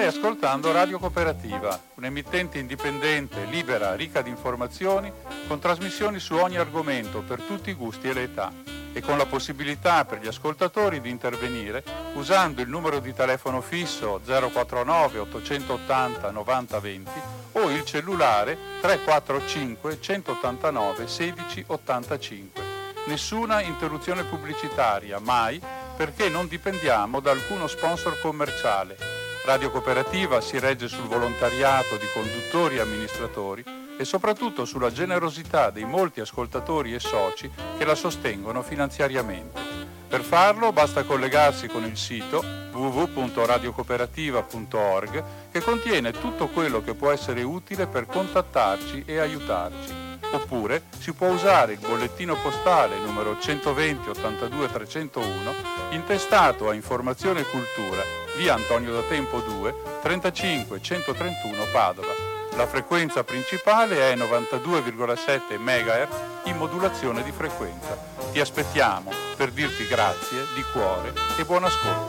Stai ascoltando Radio Cooperativa, un'emittente indipendente, libera, ricca di informazioni, con trasmissioni su ogni argomento per tutti i gusti e le età, e con la possibilità per gli ascoltatori di intervenire usando il numero di telefono fisso 049 880 90 20 o il cellulare 345 189 16 85. Nessuna interruzione pubblicitaria, mai, perché non dipendiamo da alcuno sponsor commerciale. Radio Cooperativa si regge sul volontariato di conduttori e amministratori e soprattutto sulla generosità dei molti ascoltatori e soci che la sostengono finanziariamente. Per farlo basta collegarsi con il sito www.radiocooperativa.org, che contiene tutto quello che può essere utile per contattarci e aiutarci. Oppure si può usare il bollettino postale numero 120 82 301 intestato a Informazione e Cultura, via Antonio da Tempo 2, 35 131 Padova. La frequenza principale è 92,7 MHz in modulazione di frequenza. Ti aspettiamo per dirti grazie di cuore e buon ascolto.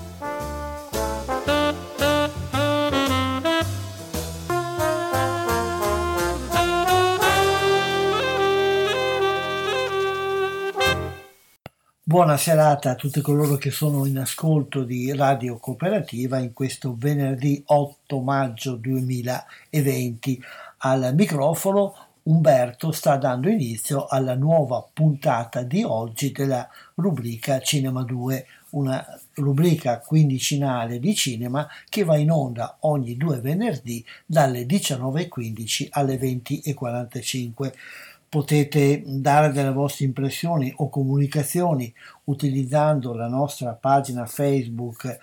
Buona serata a tutti coloro che sono in ascolto di Radio Cooperativa in questo venerdì 8 maggio 2020. Al microfono Umberto sta dando inizio alla nuova puntata di oggi della rubrica Cinema 2, una rubrica quindicinale di cinema che va in onda ogni due venerdì dalle 19.15 alle 20.45. Potete dare delle vostre impressioni o comunicazioni utilizzando la nostra pagina Facebook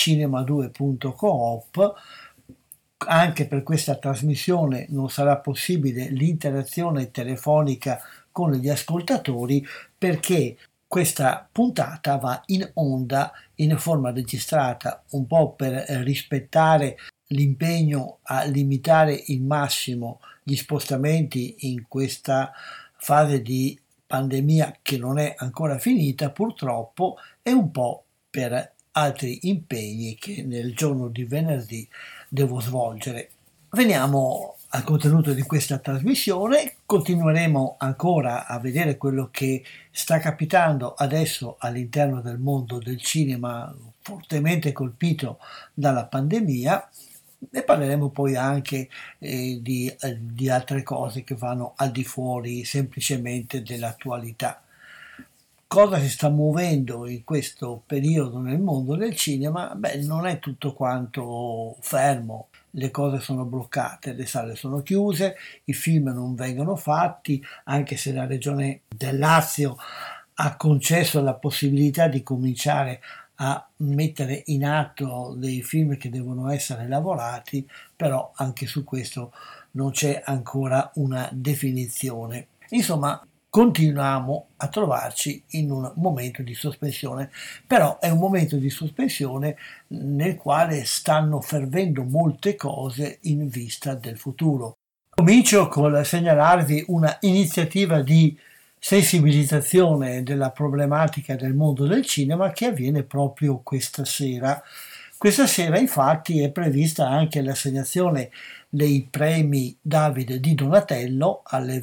cinema2.coop. Anche per questa trasmissione non sarà possibile l'interazione telefonica con gli ascoltatori perché questa puntata va in onda in forma registrata, un po' per rispettare l'impegno a limitare il massimo gli spostamenti in questa fase di pandemia che non è ancora finita purtroppo, e un po' per altri impegni che nel giorno di venerdì devo svolgere. Veniamo al contenuto di questa trasmissione. Continueremo ancora a vedere quello che sta capitando adesso all'interno del mondo del cinema fortemente colpito dalla pandemia. Ne parleremo poi anche di altre cose che vanno al di fuori semplicemente dell'attualità. Cosa si sta muovendo in questo periodo nel mondo del cinema? Non è tutto quanto fermo, le cose sono bloccate, le sale sono chiuse, i film non vengono fatti, anche se la regione del Lazio ha concesso la possibilità di cominciare a mettere in atto dei film che devono essere lavorati, però anche su questo non c'è ancora una definizione. Insomma, continuiamo a trovarci in un momento di sospensione, però è un momento di sospensione nel quale stanno fervendo molte cose in vista del futuro. Comincio col segnalarvi una iniziativa di sensibilizzazione della problematica del mondo del cinema che avviene proprio questa sera. Questa sera infatti è prevista anche l'assegnazione dei premi Davide di Donatello alle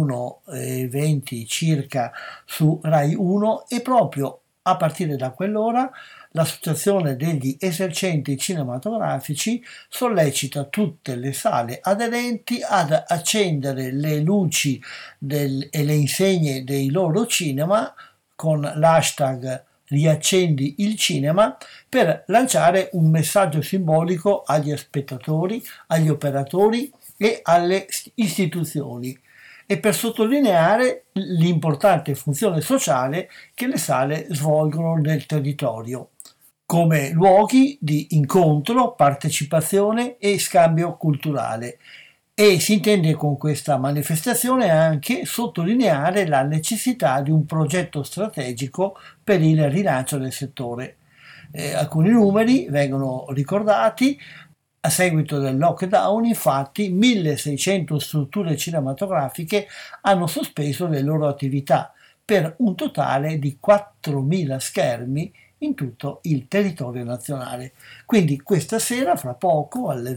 21:20 circa su Rai 1, e proprio a partire da quell'ora l'Associazione degli Esercenti Cinematografici sollecita tutte le sale aderenti ad accendere le luci e le insegne dei loro cinema con l'hashtag Riaccendi il cinema per lanciare un messaggio simbolico agli spettatori, agli operatori e alle istituzioni, e per sottolineare l'importante funzione sociale che le sale svolgono nel territorio, come luoghi di incontro, partecipazione e scambio culturale. E si intende con questa manifestazione anche sottolineare la necessità di un progetto strategico per il rilancio del settore. Alcuni numeri vengono ricordati. A seguito del lockdown, infatti, 1.600 strutture cinematografiche hanno sospeso le loro attività per un totale di 4.000 schermi in tutto il territorio nazionale. Quindi questa sera, fra poco, alle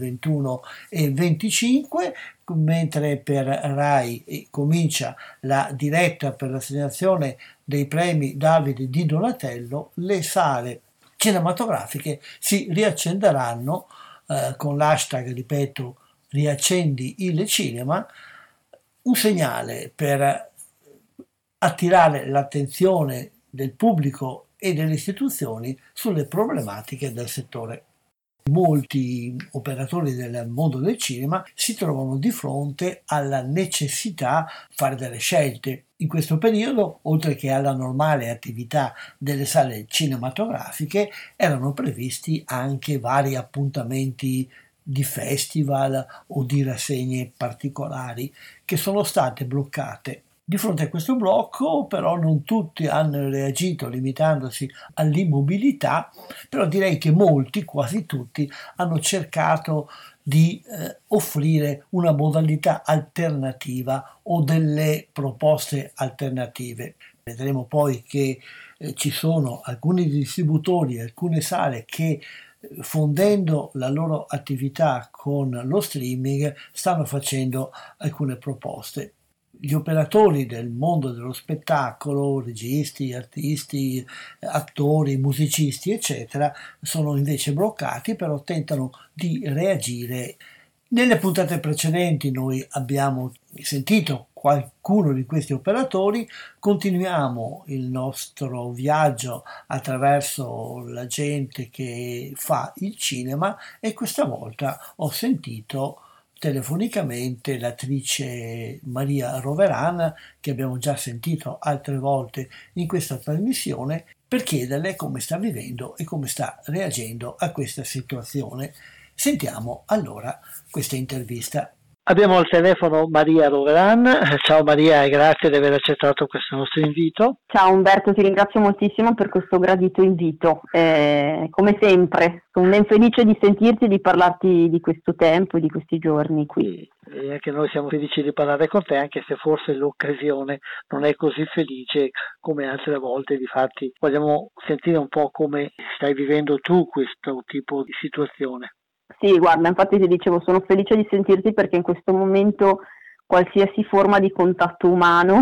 21:25, mentre per Rai comincia la diretta per l'assegnazione dei premi Davide di Donatello, le sale cinematografiche si riaccenderanno con l'hashtag, ripeto, riaccendi il cinema, un segnale per attirare l'attenzione del pubblico e delle istituzioni sulle problematiche del settore. Molti operatori del mondo del cinema si trovano di fronte alla necessità di fare delle scelte. In questo periodo, oltre che alla normale attività delle sale cinematografiche, erano previsti anche vari appuntamenti di festival o di rassegne particolari che sono state bloccate. Di fronte a questo blocco però non tutti hanno reagito limitandosi all'immobilità, però direi che molti, quasi tutti, hanno cercato di offrire una modalità alternativa o delle proposte alternative. Vedremo poi che ci sono alcuni distributori, alcune sale che fondendo la loro attività con lo streaming stanno facendo alcune proposte. Gli operatori del mondo dello spettacolo, registi, artisti, attori, musicisti, eccetera, sono invece bloccati, però tentano di reagire. Nelle puntate precedenti noi abbiamo sentito qualcuno di questi operatori, continuiamo il nostro viaggio attraverso la gente che fa il cinema e questa volta ho sentito telefonicamente l'attrice Maria Roveran, che abbiamo già sentito altre volte in questa trasmissione, per chiederle come sta vivendo e come sta reagendo a questa situazione. Sentiamo allora questa intervista. Abbiamo al telefono Maria Roveran. Ciao Maria e grazie di aver accettato questo nostro invito. Ciao Umberto, ti ringrazio moltissimo per questo gradito invito. Come sempre, sono ben felice di sentirti e di parlarti di questo tempo e di questi giorni qui. E anche noi siamo felici di parlare con te, anche se forse l'occasione non è così felice come altre volte. Difatti vogliamo sentire un po' come stai vivendo tu questo tipo di situazione. Sì, guarda, infatti ti dicevo, sono felice di sentirti perché in questo momento qualsiasi forma di contatto umano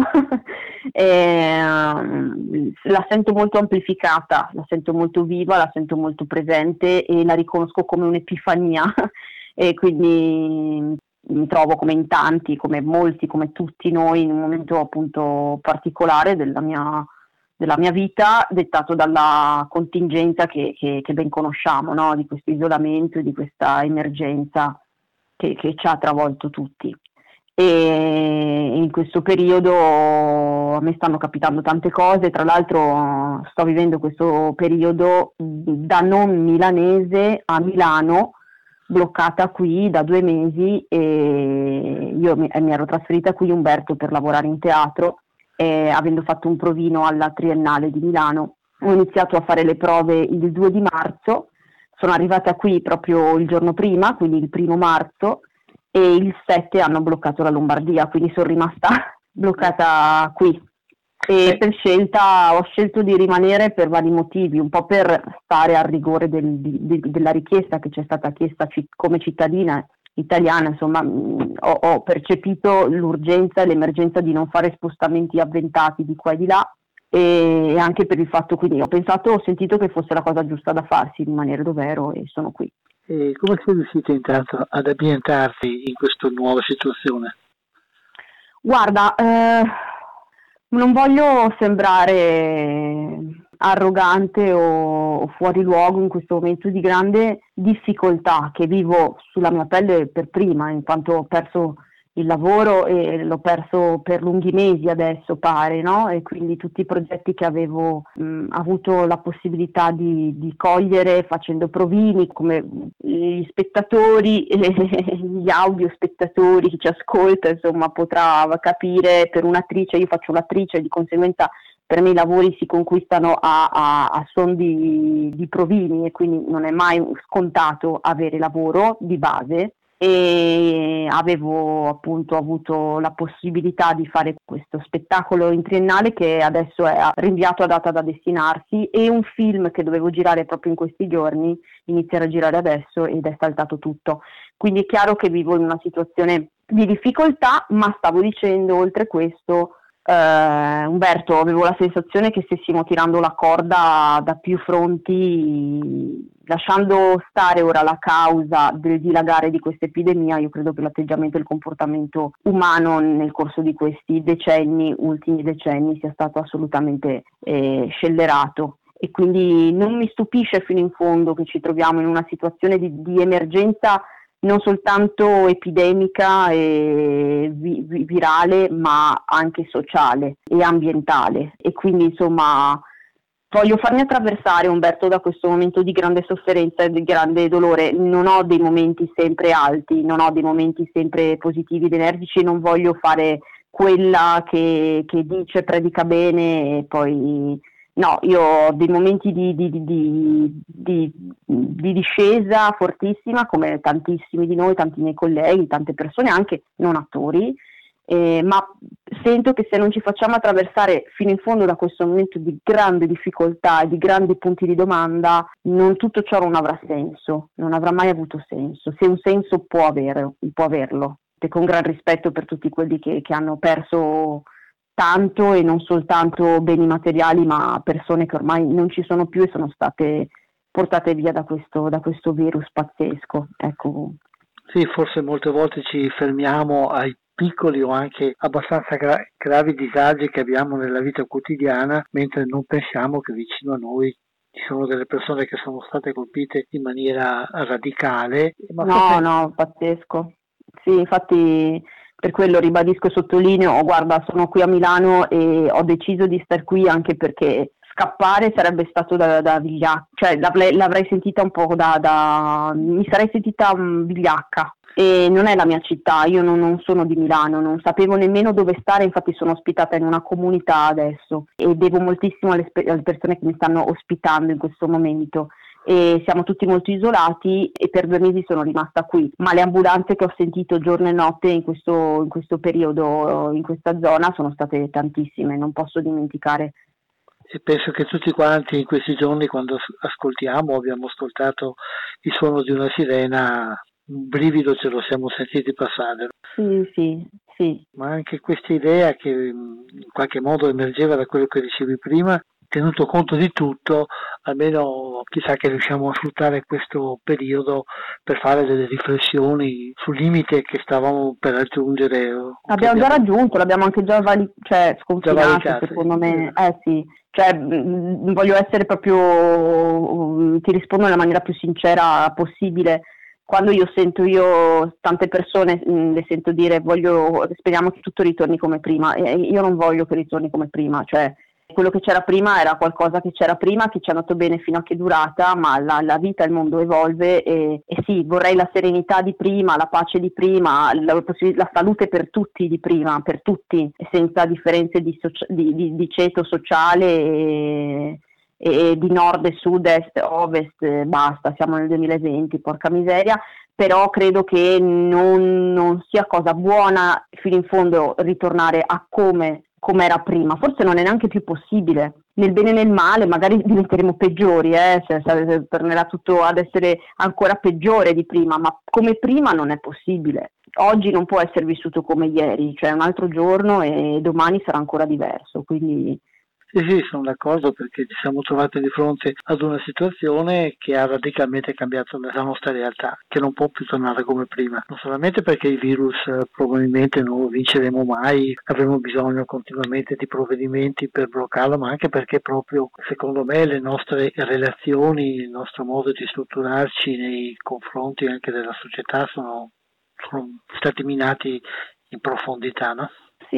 la sento molto amplificata, la sento molto viva, la sento molto presente e la riconosco come un'epifania e quindi mi trovo come in tanti, come molti, come tutti noi in un momento appunto particolare della mia vita, dettato dalla contingenza che ben conosciamo, no? Di questo isolamento e di questa emergenza che ci ha travolto tutti. E in questo periodo a me stanno capitando tante cose, tra l'altro sto vivendo questo periodo da non milanese a Milano, bloccata qui da 2 mesi e io mi ero trasferita qui, Umberto, per lavorare in teatro. Avendo fatto un provino alla Triennale di Milano, ho iniziato a fare le prove il 2 di marzo, sono arrivata qui proprio il giorno prima, quindi il 1 marzo, e il 7 hanno bloccato la Lombardia, quindi sono rimasta bloccata qui. E ho scelto di rimanere per vari motivi, un po' per stare al rigore della richiesta che ci è stata chiesta come cittadina italiana, insomma, ho percepito l'urgenza e l'emergenza di non fare spostamenti avventati di qua e di là e anche per il fatto, quindi ho sentito che fosse la cosa giusta da farsi, rimanere dove ero e sono qui. E come sei riuscita intanto ad ambientarti in questa nuova situazione? Guarda, non voglio sembrare arrogante o fuori luogo in questo momento di grande difficoltà che vivo sulla mia pelle per prima, in quanto ho perso il lavoro e l'ho perso per lunghi mesi adesso pare, no? E quindi tutti i progetti che avevo avuto la possibilità di cogliere facendo provini, come gli spettatori, gli audio spettatori, chi ci ascolta insomma potrà capire. Per un'attrice, io faccio l'attrice, di conseguenza per me i lavori si conquistano a suon di provini e quindi non è mai scontato avere lavoro di base. e avevo appunto avuto la possibilità di fare questo spettacolo in triennale che adesso è rinviato a data da destinarsi, e un film che dovevo girare proprio in questi giorni iniziare a girare adesso ed è saltato tutto. Quindi è chiaro che vivo in una situazione di difficoltà, ma stavo dicendo, oltre questo, Umberto, avevo la sensazione che stessimo tirando la corda da più fronti, lasciando stare ora la causa del dilagare di questa epidemia. Io credo che l'atteggiamento e il comportamento umano nel corso di questi ultimi decenni, sia stato assolutamente scellerato, e quindi non mi stupisce fino in fondo che ci troviamo in una situazione di emergenza non soltanto epidemica e virale, ma anche sociale e ambientale. E quindi insomma voglio farmi attraversare, Umberto, da questo momento di grande sofferenza e di grande dolore. Non ho dei momenti sempre alti, non ho dei momenti sempre positivi ed energici, non voglio fare quella che dice, predica bene e poi... No, io ho dei momenti di discesa fortissima, come tantissimi di noi, tanti miei colleghi, tante persone, anche non attori, ma sento che se non ci facciamo attraversare fino in fondo da questo momento di grande difficoltà e di grandi punti di domanda, non tutto ciò non avrà senso, non avrà mai avuto senso. Se un senso può averlo, e con gran rispetto per tutti quelli che hanno perso tanto, e non soltanto beni materiali, ma persone che ormai non ci sono più e sono state portate via da questo virus pazzesco. Ecco. Sì, forse molte volte ci fermiamo ai piccoli o anche abbastanza gravi disagi che abbiamo nella vita quotidiana, mentre non pensiamo che vicino a noi ci sono delle persone che sono state colpite in maniera radicale. No, pazzesco. Sì, infatti... Per quello ribadisco e sottolineo, guarda, sono qui a Milano e ho deciso di star qui anche perché scappare sarebbe stato da vigliacca, cioè l'avrei sentita un po' mi sarei sentita vigliacca, e non è la mia città, io non sono di Milano, non sapevo nemmeno dove stare, infatti sono ospitata in una comunità adesso e devo moltissimo alle persone che mi stanno ospitando in questo momento. E siamo tutti molto isolati e per 2 mesi sono rimasta qui, ma le ambulanze che ho sentito giorno e notte in questo periodo in questa zona sono state tantissime, non posso dimenticare. E penso che tutti quanti in questi giorni, quando abbiamo ascoltato il suono di una sirena, un brivido ce lo siamo sentiti passare. Sì. Ma anche questa idea che in qualche modo emergeva da quello che dicevi prima, tenuto conto di tutto, almeno chissà che riusciamo a sfruttare questo periodo per fare delle riflessioni sul limite che stavamo per raggiungere. L'abbiamo già raggiunto, l'abbiamo anche già sconfinato, secondo me. Sì. Cioè, voglio essere proprio, ti rispondo nella maniera più sincera possibile. Quando sento tante persone le sento dire speriamo che tutto ritorni come prima, e io non voglio che ritorni come prima, cioè quello che c'era prima era qualcosa che c'era prima, che ci è andato bene fino a che è durata, ma la vita e il mondo evolve e sì, vorrei la serenità di prima, la pace di prima, la salute per tutti di prima, per tutti, senza differenze di ceto sociale e di nord e sud, est, ovest, basta, siamo nel 2020, porca miseria. Però credo che non sia cosa buona fino in fondo ritornare a come era prima, forse non è neanche più possibile, nel bene e nel male, magari diventeremo peggiori, tornerà tutto ad essere ancora peggiore di prima, ma come prima non è possibile. Oggi non può essere vissuto come ieri, cioè un altro giorno e domani sarà ancora diverso, quindi... Sì, sono d'accordo, perché ci siamo trovati di fronte ad una situazione che ha radicalmente cambiato la nostra realtà, che non può più tornare come prima, non solamente perché il virus probabilmente non lo vinceremo mai, avremo bisogno continuamente di provvedimenti per bloccarlo, ma anche perché proprio, secondo me, le nostre relazioni, il nostro modo di strutturarci nei confronti anche della società sono stati minati in profondità, no?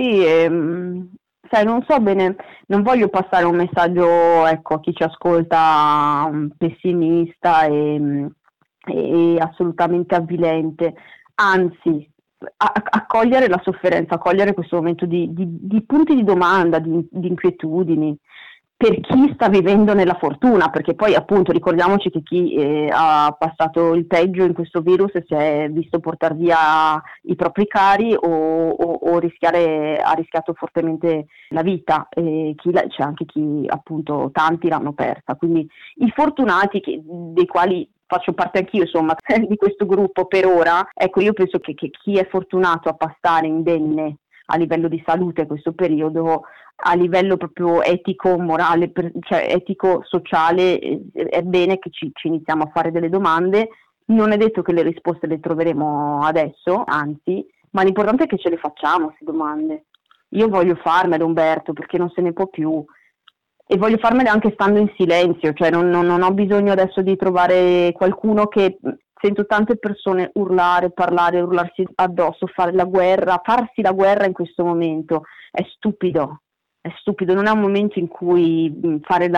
Sì, sai, non so bene, non voglio passare un messaggio, ecco, a chi ci ascolta pessimista e assolutamente avvilente, anzi, accogliere la sofferenza, accogliere questo momento di punti di domanda, di inquietudini, per chi sta vivendo nella fortuna, perché poi appunto ricordiamoci che chi ha passato il peggio in questo virus si è visto portare via i propri cari o ha rischiato fortemente la vita, c'è anche chi appunto tanti l'hanno persa, quindi i fortunati dei quali faccio parte anch'io, insomma, di questo gruppo per ora. Ecco, io penso che chi è fortunato a passare indenne a livello di salute questo periodo, a livello proprio etico, morale, cioè etico, sociale, è bene che ci iniziamo a fare delle domande. Non è detto che le risposte le troveremo adesso, anzi, ma l'importante è che ce le facciamo queste domande. Io voglio farmele, Umberto, perché non se ne può più. E voglio farmele anche stando in silenzio, cioè non ho bisogno adesso di trovare qualcuno che... Sento tante persone urlare, parlare, urlarsi addosso, farsi la guerra in questo momento. È stupido, non è un momento in cui fare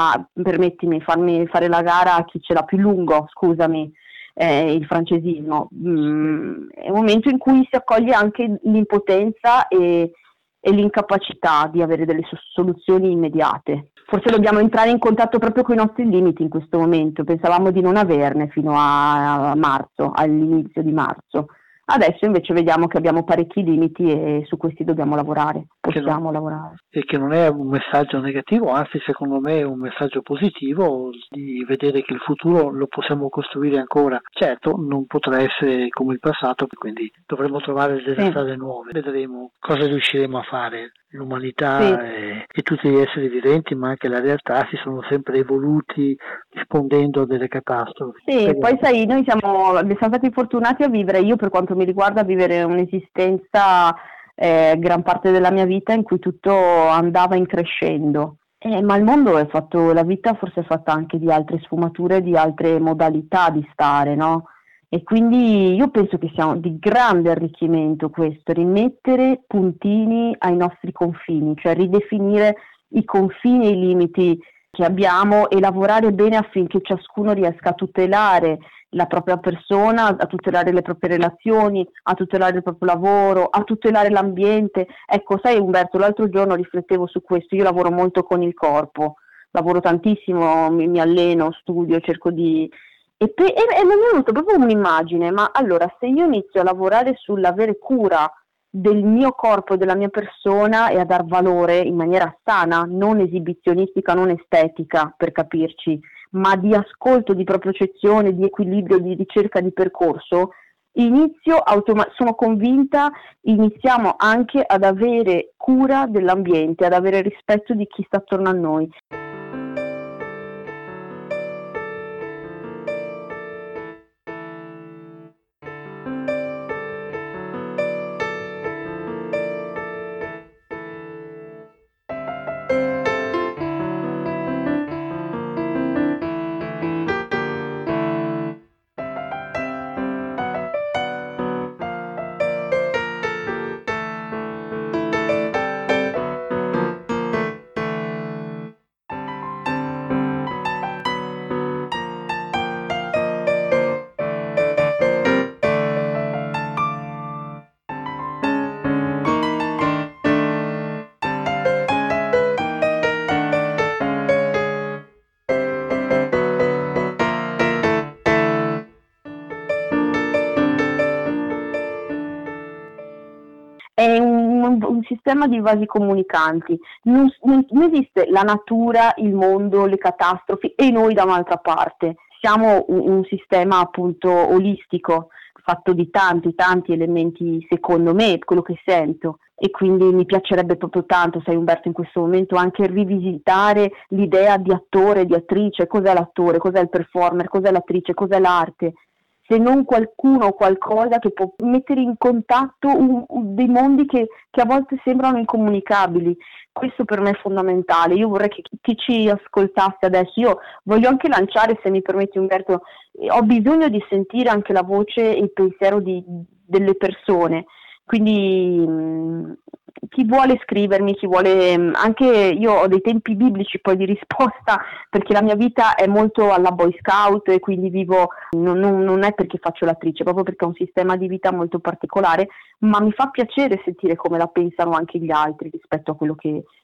farmi fare la gara a chi ce l'ha più lungo, scusami, il francesismo. È un momento in cui si accoglie anche l'impotenza e l'incapacità di avere delle soluzioni immediate. Forse dobbiamo entrare in contatto proprio con i nostri limiti in questo momento. Pensavamo di non averne fino a marzo, all'inizio di marzo. Adesso invece vediamo che abbiamo parecchi limiti e su questi dobbiamo lavorare, lavorare. E che non è un messaggio negativo, anzi secondo me è un messaggio positivo di vedere che il futuro lo possiamo costruire ancora. Certo, non potrà essere come il passato, quindi dovremo trovare delle strade nuove. Vedremo cosa riusciremo a fare. L'umanità e tutti gli esseri viventi, ma anche la realtà, si sono sempre evoluti rispondendo a delle catastrofi. Sì, poi sai, noi siamo stati fortunati a vivere, io per quanto mi riguarda, a vivere un'esistenza gran parte della mia vita in cui tutto andava in crescendo. Ma il mondo è fatto, la vita forse è fatta anche di altre sfumature, di altre modalità di stare, no? E quindi io penso che sia di grande arricchimento questo, rimettere puntini ai nostri confini, cioè ridefinire i confini e i limiti che abbiamo e lavorare bene affinché ciascuno riesca a tutelare la propria persona, a tutelare le proprie relazioni, a tutelare il proprio lavoro, a tutelare l'ambiente. Ecco, sai Umberto, l'altro giorno riflettevo su questo, io lavoro molto con il corpo, lavoro tantissimo, mi alleno, studio, cerco di... E mi è venuta proprio un'immagine, ma allora se io inizio a lavorare sull'avere cura del mio corpo e della mia persona e a dar valore in maniera sana, non esibizionistica, non estetica per capirci, ma di ascolto, di propriocezione, di equilibrio, di ricerca di percorso, sono convinta, iniziamo anche ad avere cura dell'ambiente, ad avere rispetto di chi sta attorno a noi. È un sistema di vasi comunicanti, non esiste la natura, il mondo, le catastrofi e noi da un'altra parte. Siamo un sistema appunto olistico, fatto di tanti elementi, secondo me, quello che sento, e quindi mi piacerebbe proprio tanto, sai Umberto, in questo momento anche rivisitare l'idea di attore, di attrice, cos'è l'attore, cos'è il performer, cos'è l'attrice, cos'è l'arte, se non qualcuno o qualcosa che può mettere in contatto dei mondi che a volte sembrano incomunicabili. Questo per me è fondamentale. Io vorrei che chi ci ascoltasse adesso, io voglio anche lanciare, se mi permetti Umberto, ho bisogno di sentire anche la voce e il pensiero delle persone, quindi chi vuole scrivermi, chi vuole, anche io ho dei tempi biblici poi di risposta, perché la mia vita è molto alla Boy Scout e quindi vivo, non è perché faccio l'attrice, proprio perché è un sistema di vita molto particolare, ma mi fa piacere sentire come la pensano anche gli altri rispetto a quello che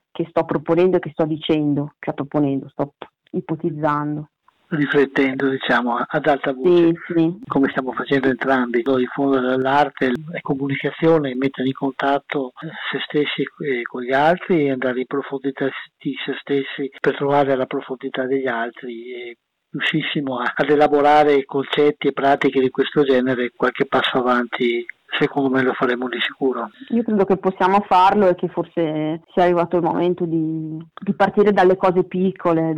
che sto proponendo e che sto dicendo, sto ipotizzando. Riflettendo, diciamo, ad alta voce, sì. Come stiamo facendo entrambi. Diffondere l'arte è comunicazione, mettere in contatto se stessi con gli altri e andare in profondità di se stessi per trovare la profondità degli altri e riuscissimo ad elaborare concetti e pratiche di questo genere, qualche passo avanti secondo me lo faremo di sicuro. Io credo che possiamo farlo e che forse sia arrivato il momento di partire dalle cose piccole,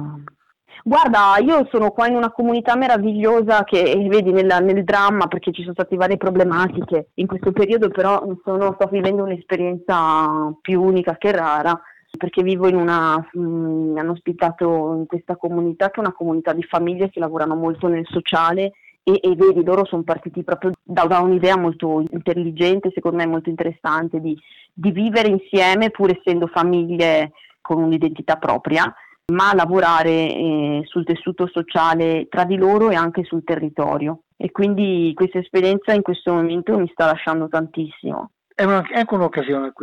Guarda, io sono qua in una comunità meravigliosa che vedi nel dramma, perché ci sono state varie problematiche in questo periodo, però sto vivendo un'esperienza più unica che rara, perché vivo mi hanno ospitato in questa comunità, che è una comunità di famiglie che lavorano molto nel sociale e vedi, loro sono partiti proprio da un'idea molto intelligente, secondo me molto interessante, di vivere insieme pur essendo famiglie con un'identità propria, ma lavorare sul tessuto sociale tra di loro e anche sul territorio. E quindi questa esperienza in questo momento mi sta lasciando tantissimo. È anche un'occasione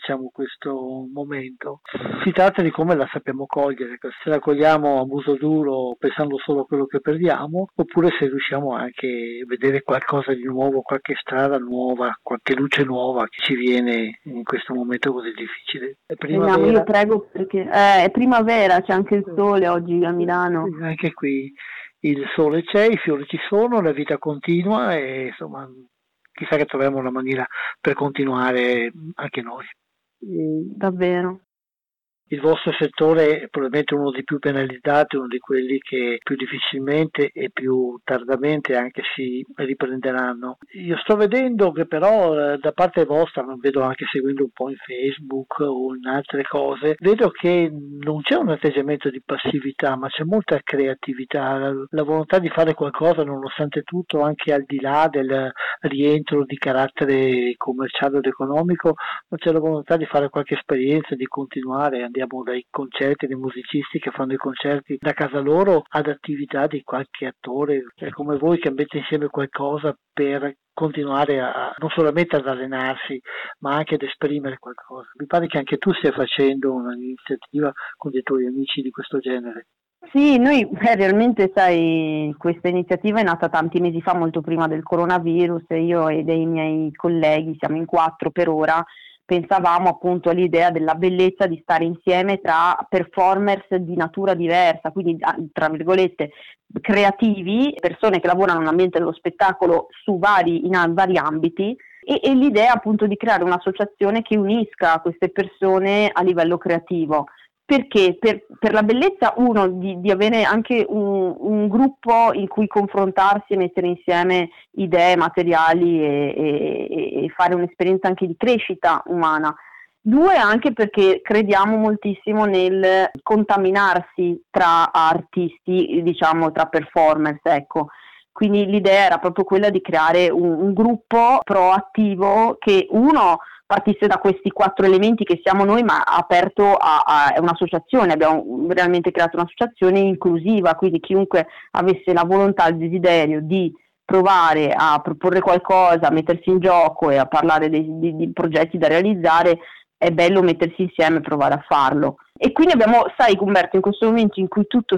questo momento. Si tratta di come la sappiamo cogliere, se la cogliamo a muso duro pensando solo a quello che perdiamo, oppure se riusciamo anche a vedere qualcosa di nuovo, qualche strada nuova, qualche luce nuova che ci viene in questo momento così difficile. È primavera. Io prego, perché è primavera, c'è anche il sole oggi a Milano. Anche qui il sole c'è, i fiori ci sono, la vita continua e insomma chissà che troviamo una maniera per continuare anche noi. Davvero. Il vostro settore è probabilmente uno dei più penalizzati, uno di quelli che più difficilmente e più tardamente anche si riprenderanno. Io sto vedendo che però da parte vostra, vedo anche seguendo un po' in Facebook o in altre cose, vedo che non c'è un atteggiamento di passività, ma c'è molta creatività, la volontà di fare qualcosa nonostante tutto, anche al di là del rientro di carattere commerciale ed economico, ma c'è la volontà di fare qualche esperienza, di continuare. Andiamo dai concerti, dei musicisti che fanno i concerti da casa loro ad attività di qualche attore come voi che mette insieme qualcosa per continuare non solamente ad allenarsi ma anche ad esprimere qualcosa. Mi pare che anche tu stia facendo un'iniziativa con dei tuoi amici di questo genere. Sì, noi realmente, sai, questa iniziativa è nata tanti mesi fa, molto prima del coronavirus, e io e dei miei colleghi, siamo in 4 per ora, pensavamo appunto all'idea della bellezza di stare insieme tra performers di natura diversa, quindi tra virgolette creativi, persone che lavorano nell'ambiente dello spettacolo in vari ambiti, e l'idea appunto di creare un'associazione che unisca queste persone a livello creativo. Perché? Per la bellezza, di avere anche un gruppo in cui confrontarsi e mettere insieme idee, materiali e fare un'esperienza anche di crescita umana. 2, anche perché crediamo moltissimo nel contaminarsi tra artisti, diciamo tra performers, ecco. Quindi l'idea era proprio quella di creare un gruppo proattivo che partisse da questi 4 elementi che siamo noi, ma aperto a un'associazione. Abbiamo realmente creato un'associazione inclusiva, quindi chiunque avesse la volontà, il desiderio di provare a proporre qualcosa, a mettersi in gioco e a parlare di progetti da realizzare, è bello mettersi insieme e provare a farlo. E quindi sai Umberto, in questo momento in cui tutto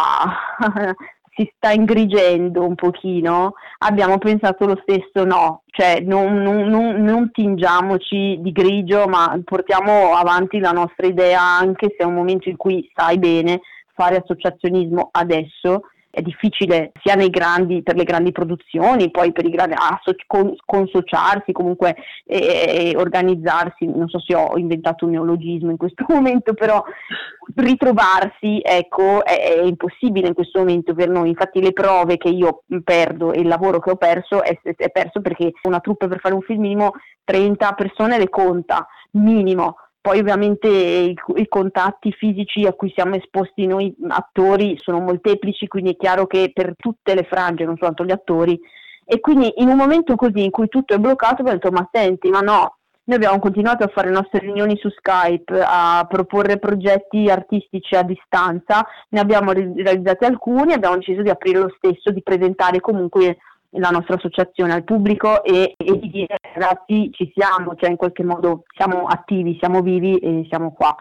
si sta ingrigendo un pochino, abbiamo pensato lo stesso, cioè non tingiamoci di grigio, ma portiamo avanti la nostra idea, anche se è un momento in cui, sai bene, fare associazionismo adesso è difficile sia per le grandi produzioni, poi per i grandi consociarsi, comunque organizzarsi. Non so se ho inventato un neologismo in questo momento, però ritrovarsi, ecco, è impossibile in questo momento per noi. Infatti le prove che io perdo e il lavoro che ho perso è perso perché una troupe per fare un film minimo 30 persone le conta, minimo. Poi ovviamente i contatti fisici a cui siamo esposti noi attori sono molteplici, quindi è chiaro che per tutte le frange, non soltanto gli attori, e quindi in un momento così in cui tutto è bloccato abbiamo detto ma senti, ma no, noi abbiamo continuato a fare le nostre riunioni su Skype, a proporre progetti artistici a distanza, ne abbiamo realizzati alcuni, abbiamo deciso di aprire lo stesso, di presentare comunque la nostra associazione al pubblico e di dire ragazzi ci siamo, cioè in qualche modo siamo attivi, siamo vivi e siamo qua.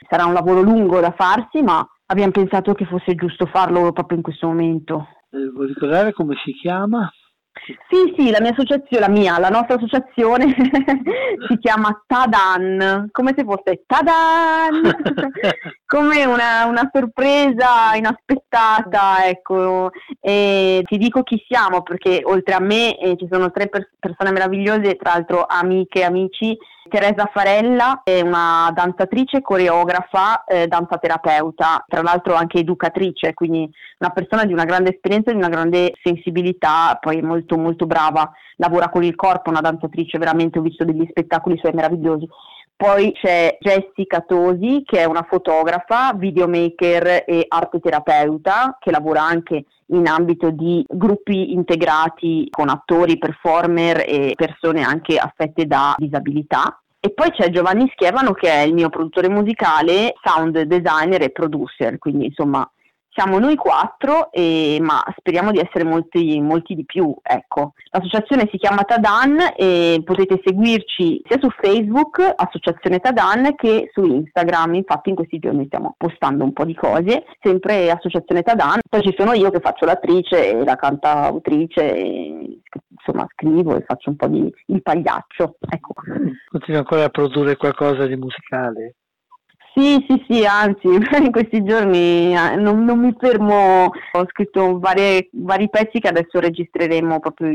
sarà un lavoro lungo da farsi, ma abbiamo pensato che fosse giusto farlo proprio in questo momento. Vuoi ricordare come si chiama? Sì, la nostra associazione si chiama Tadan, come se fosse Tadan, come una sorpresa inaspettata, ecco. E ti dico chi siamo, perché oltre a me ci sono 3 persone meravigliose, tra l'altro amiche e amici. Teresa Farella è una danzatrice, coreografa, danzaterapeuta, tra l'altro anche educatrice, quindi una persona di una grande esperienza e di una grande sensibilità, poi molto molto brava, lavora con il corpo, una danzatrice, veramente ho visto degli spettacoli suoi meravigliosi. Poi c'è Jessica Tosi, che è una fotografa, videomaker e arteterapeuta, che lavora anche in ambito di gruppi integrati con attori, performer e persone anche affette da disabilità. E poi c'è Giovanni Schiavano, che è il mio produttore musicale, sound designer e producer, quindi insomma siamo noi 4, ma speriamo di essere molti di più, ecco. L'associazione si chiama Tadan e potete seguirci sia su Facebook, Associazione Tadan, che su Instagram. Infatti in questi giorni stiamo postando un po' di cose, sempre Associazione Tadan. Poi ci sono io che faccio l'attrice e la cantautrice, e, insomma scrivo e faccio un po' di il pagliaccio, ecco. Continui ancora a produrre qualcosa di musicale? Sì, anzi, in questi giorni non mi fermo, ho scritto vari pezzi che adesso registreremo proprio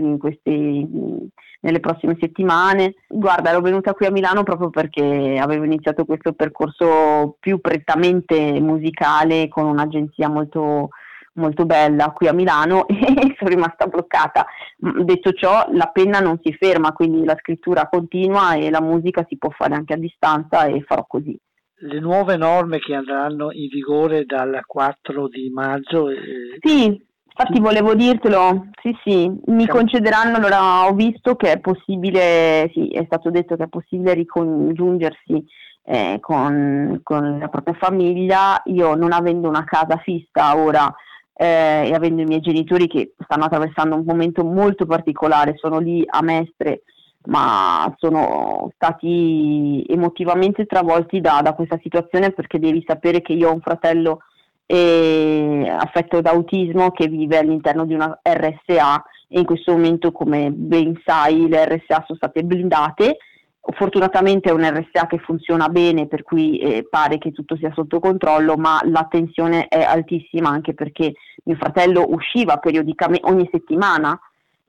nelle prossime settimane. Guarda, ero venuta qui a Milano proprio perché avevo iniziato questo percorso più prettamente musicale con un'agenzia molto molto bella qui a Milano e sono rimasta bloccata. Detto ciò, la penna non si ferma, quindi la scrittura continua e la musica si può fare anche a distanza e farò così. Le nuove norme che andranno in vigore dal 4 di maggio. Sì, infatti volevo dirtelo, sì, mi concederanno, allora ho visto che è possibile, sì, è stato detto che è possibile ricongiungersi con la propria famiglia. Io non avendo una casa fissa ora e avendo i miei genitori che stanno attraversando un momento molto particolare, sono lì a Mestre, ma sono stati emotivamente travolti da questa situazione, perché devi sapere che io ho un fratello affetto da autismo che vive all'interno di una RSA e in questo momento, come ben sai, le RSA sono state blindate. Fortunatamente è un RSA che funziona bene, per cui pare che tutto sia sotto controllo, ma la tensione è altissima, anche perché mio fratello usciva periodicamente ogni settimana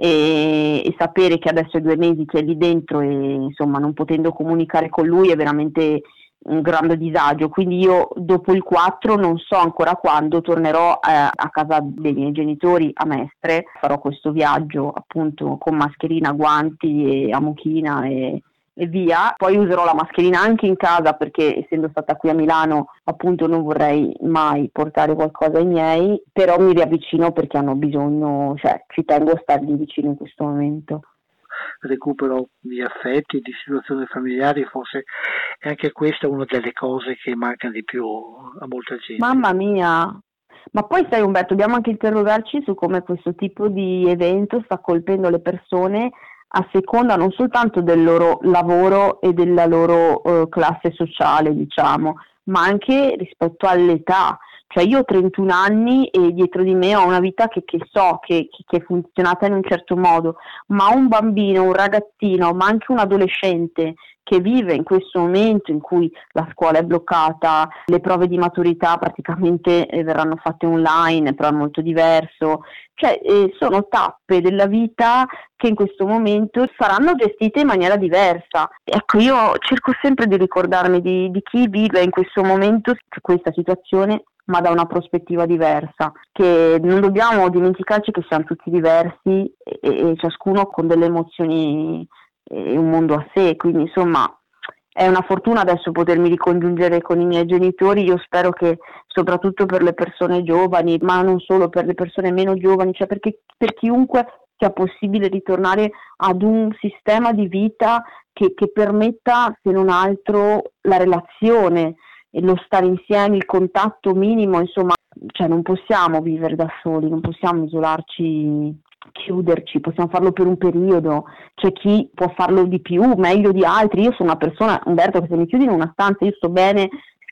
e sapere che adesso è 2 mesi che è lì dentro e insomma non potendo comunicare con lui è veramente un grande disagio. Quindi io dopo il 4 non so ancora quando tornerò a casa dei miei genitori a Mestre, farò questo viaggio appunto con mascherina, guanti e amuchina e via. Poi userò la mascherina anche in casa, perché essendo stata qui a Milano appunto non vorrei mai portare qualcosa ai miei, però mi riavvicino perché hanno bisogno, cioè ci tengo a stargli vicino in questo momento. Recupero di affetti, di situazioni familiari, forse è anche questa una delle cose che mancano di più a molta gente. Mamma mia! Ma poi sai Umberto, dobbiamo anche interrogarci su come questo tipo di evento sta colpendo le persone a seconda non soltanto del loro lavoro e della loro classe sociale, diciamo, ma anche rispetto all'età. Cioè io ho 31 anni e dietro di me ho una vita che so che è funzionata in un certo modo, ma un bambino, un ragazzino, ma anche un adolescente che vive in questo momento in cui la scuola è bloccata, le prove di maturità praticamente verranno fatte online, però è molto diverso, cioè sono tappe della vita che in questo momento saranno gestite in maniera diversa. Ecco, io cerco sempre di ricordarmi di chi vive in questo momento questa situazione, ma da una prospettiva diversa, che non dobbiamo dimenticarci che siamo tutti diversi e ciascuno con delle emozioni e un mondo a sé, quindi insomma è una fortuna adesso potermi ricongiungere con i miei genitori. Io spero che soprattutto per le persone giovani, ma non solo, per le persone meno giovani, cioè perché per chiunque sia possibile ritornare ad un sistema di vita che permetta, se non altro, la relazione e lo stare insieme, il contatto minimo, insomma, cioè non possiamo vivere da soli, non possiamo isolarci, chiuderci, possiamo farlo per un periodo, c'è chi può farlo di più, meglio di altri. Io sono una persona, Umberto, che se mi chiudi in una stanza io sto bene,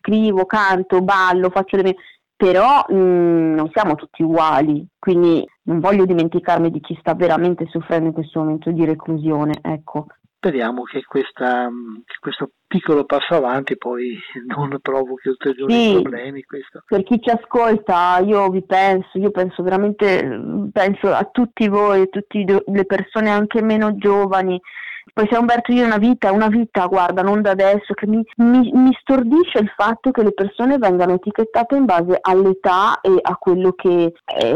scrivo, canto, ballo, faccio le mie... Però non siamo tutti uguali, quindi non voglio dimenticarmi di chi sta veramente soffrendo in questo momento di reclusione, ecco. Speriamo che questo piccolo passo avanti poi non provochi ulteriori problemi. Questo. Per chi ci ascolta, io penso veramente, penso a tutti voi, a tutte le persone anche meno giovani. Poi se Umberto, io una vita, guarda, non da adesso, che mi stordisce il fatto che le persone vengano etichettate in base all'età e a quello che...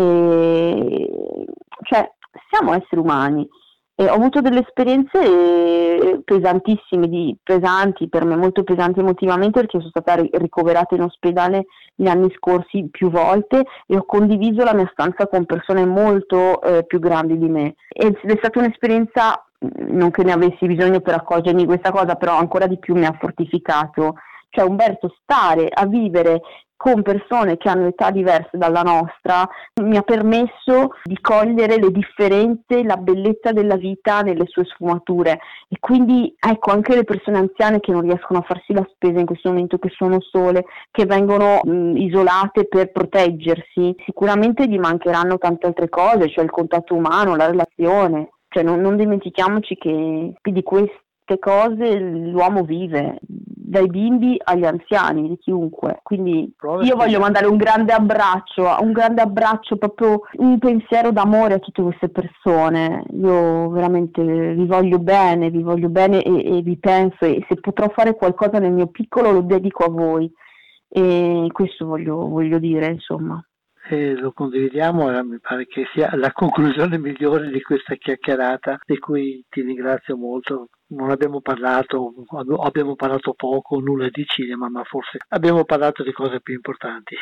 cioè, siamo esseri umani. Ho avuto delle esperienze pesanti per me, molto pesanti emotivamente, perché sono stata ricoverata in ospedale gli anni scorsi più volte e ho condiviso la mia stanza con persone molto più grandi di me. Ed è stata un'esperienza, non che ne avessi bisogno per accorgermi di questa cosa, però ancora di più mi ha fortificato. Cioè, Umberto, stare a vivere con persone che hanno età diverse dalla nostra mi ha permesso di cogliere le differenze, la bellezza della vita nelle sue sfumature, e quindi ecco, anche le persone anziane che non riescono a farsi la spesa in questo momento, che sono sole, che vengono isolate per proteggersi, sicuramente gli mancheranno tante altre cose, cioè il contatto umano, la relazione, cioè non dimentichiamoci che di queste cose l'uomo vive, dai bimbi agli anziani, di chiunque. Quindi io voglio mandare un grande abbraccio, proprio un pensiero d'amore a tutte queste persone. Io veramente vi voglio bene e vi penso, e se potrò fare qualcosa nel mio piccolo lo dedico a voi, e questo voglio dire, insomma. E lo condividiamo, e mi pare che sia la conclusione migliore di questa chiacchierata, di cui ti ringrazio molto. Non abbiamo parlato poco, nulla di cinema, ma forse abbiamo parlato di cose più importanti.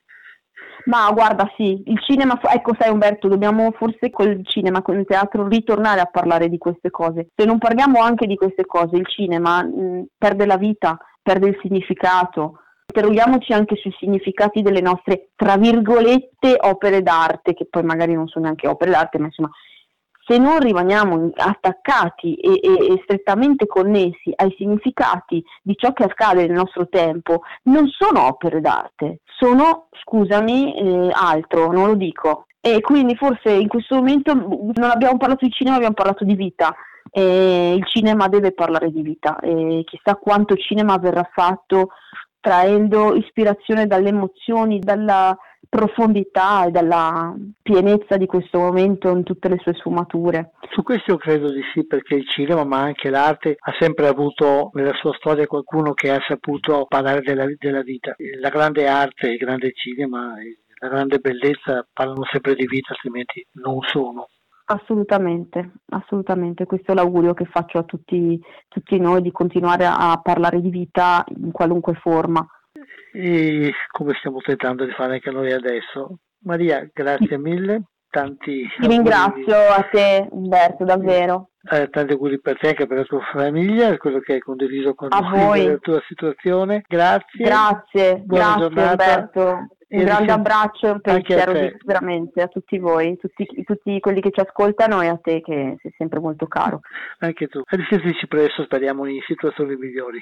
Ma guarda, sì, il cinema, ecco, sai Umberto, dobbiamo forse col cinema, con il teatro, ritornare a parlare di queste cose. Se non parliamo anche di queste cose, il cinema perde la vita, perde il significato. Interroghiamoci anche sui significati delle nostre, tra virgolette, opere d'arte, che poi magari non sono neanche opere d'arte, ma insomma, se non rimaniamo attaccati e strettamente connessi ai significati di ciò che accade nel nostro tempo, non sono opere d'arte, sono, scusami, altro, non lo dico. E quindi forse in questo momento non abbiamo parlato di cinema, abbiamo parlato di vita. Il cinema deve parlare di vita, e chissà quanto cinema verrà fatto traendo ispirazione dalle emozioni, dalla profondità e dalla pienezza di questo momento in tutte le sue sfumature. Su questo io credo di sì, perché il cinema, ma anche l'arte, ha sempre avuto nella sua storia qualcuno che ha saputo parlare della vita. La grande arte, il grande cinema, la grande bellezza parlano sempre di vita, altrimenti non sono. Assolutamente, questo è l'augurio che faccio a tutti noi, di continuare a parlare di vita in qualunque forma. E come stiamo tentando di fare anche noi adesso. Maria, grazie mille. Ti ringrazio a te, Umberto, davvero. Tanti auguri per te, anche per la tua famiglia, per quello che hai condiviso con noi della tua situazione. Grazie giornata. Umberto. Un grande abbraccio e un pensiero veramente a tutti voi, tutti quelli che ci ascoltano, e a te che sei sempre molto caro. Anche tu. A risentirci presto, speriamo in situazioni migliori.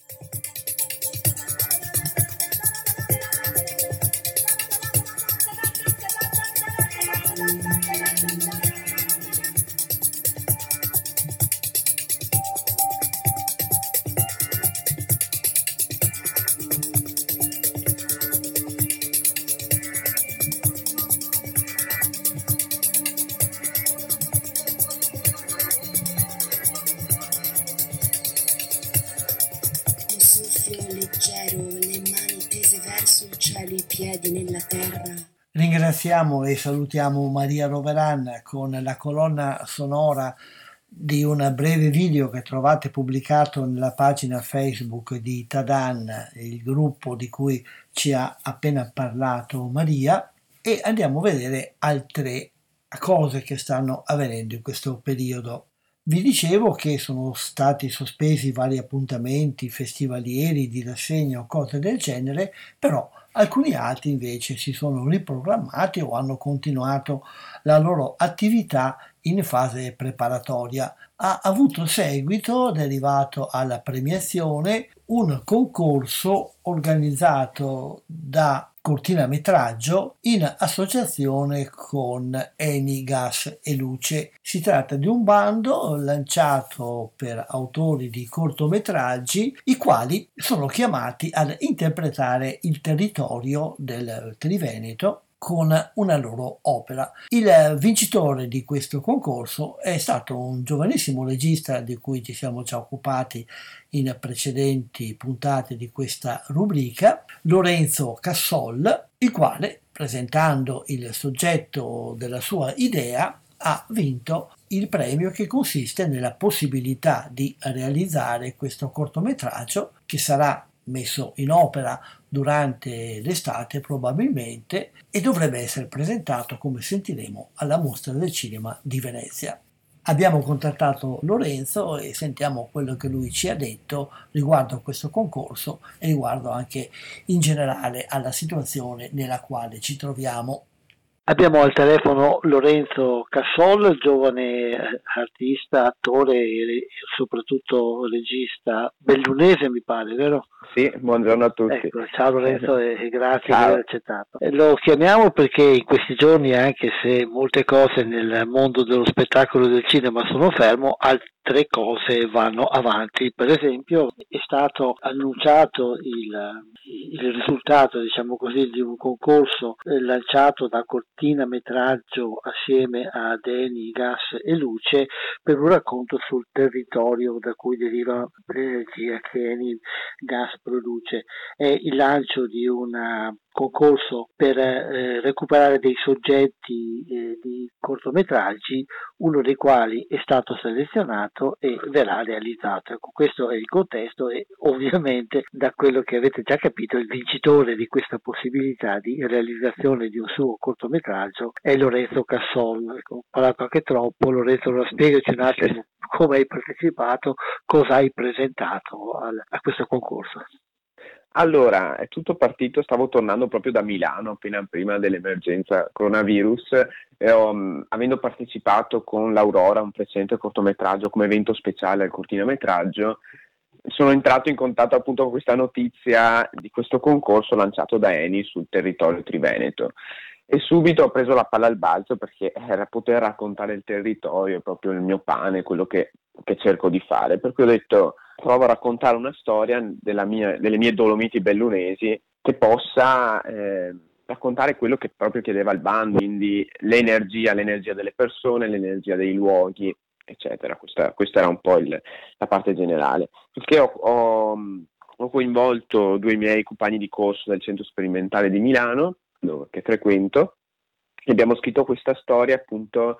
Piedi nella terra. Ringraziamo e salutiamo Maria Roveran con la colonna sonora di un breve video che trovate pubblicato nella pagina Facebook di Tadan, il gruppo di cui ci ha appena parlato Maria, e andiamo a vedere altre cose che stanno avvenendo in questo periodo. Vi dicevo che sono stati sospesi vari appuntamenti festivalieri di rassegna o cose del genere, però alcuni altri invece si sono riprogrammati o hanno continuato la loro attività in fase preparatoria. Ha avuto seguito, derivato alla premiazione, un concorso organizzato da Cortinametraggio in associazione con Eni, Gas e Luce. Si tratta di un bando lanciato per autori di cortometraggi, i quali sono chiamati ad interpretare il territorio del Triveneto con una loro opera. Il vincitore di questo concorso è stato un giovanissimo regista di cui ci siamo già occupati in precedenti puntate di questa rubrica, Lorenzo Cassol, il quale, presentando il soggetto della sua idea, ha vinto il premio, che consiste nella possibilità di realizzare questo cortometraggio, che sarà messo in opera durante l'estate probabilmente e dovrebbe essere presentato, come sentiremo, alla Mostra del Cinema di Venezia. Abbiamo contattato Lorenzo e sentiamo quello che lui ci ha detto riguardo a questo concorso e riguardo anche in generale alla situazione nella quale ci troviamo. Abbiamo al telefono Lorenzo Cassol, giovane artista, attore e soprattutto regista bellunese, mi pare, vero? Sì, buongiorno a tutti. Ecco, ciao Lorenzo e grazie per aver accettato. Lo chiamiamo perché in questi giorni, anche se molte cose nel mondo dello spettacolo e del cinema sono fermo, altre cose vanno avanti. Per esempio è stato annunciato il risultato, diciamo così, di un concorso lanciato da Cortinametraggio assieme a Eni, Gas e Luce per un racconto sul territorio da cui deriva l'energia che Eni Gas produce. È il lancio di un concorso per recuperare dei soggetti di cortometraggi, uno dei quali è stato selezionato e verrà realizzato. Ecco, questo è il contesto e ovviamente, da quello che avete già capito, il vincitore di questa possibilità di realizzazione di un suo cortometraggio è Lorenzo Cassol. Ecco, ho parlato anche troppo. Lorenzo, spiegaci un attimo come hai partecipato, cosa hai presentato a questo concorso. Allora, è tutto partito, stavo tornando proprio da Milano appena prima dell'emergenza coronavirus, avendo partecipato con l'Aurora, un precedente cortometraggio, come evento speciale al cortinametraggio, sono entrato in contatto appunto con questa notizia di questo concorso lanciato da Eni sul territorio triveneto. E subito ho preso la palla al balzo, perché era poter raccontare il territorio, proprio il mio pane, quello che cerco di fare. Per cui ho detto, provo a raccontare una storia delle mie Dolomiti bellunesi che possa raccontare quello che proprio chiedeva il bando, quindi l'energia delle persone, l'energia dei luoghi, eccetera. Questa era un po' la parte generale. Perché ho coinvolto due miei compagni di corso del centro sperimentale di Milano, che frequento, e abbiamo scritto questa storia appunto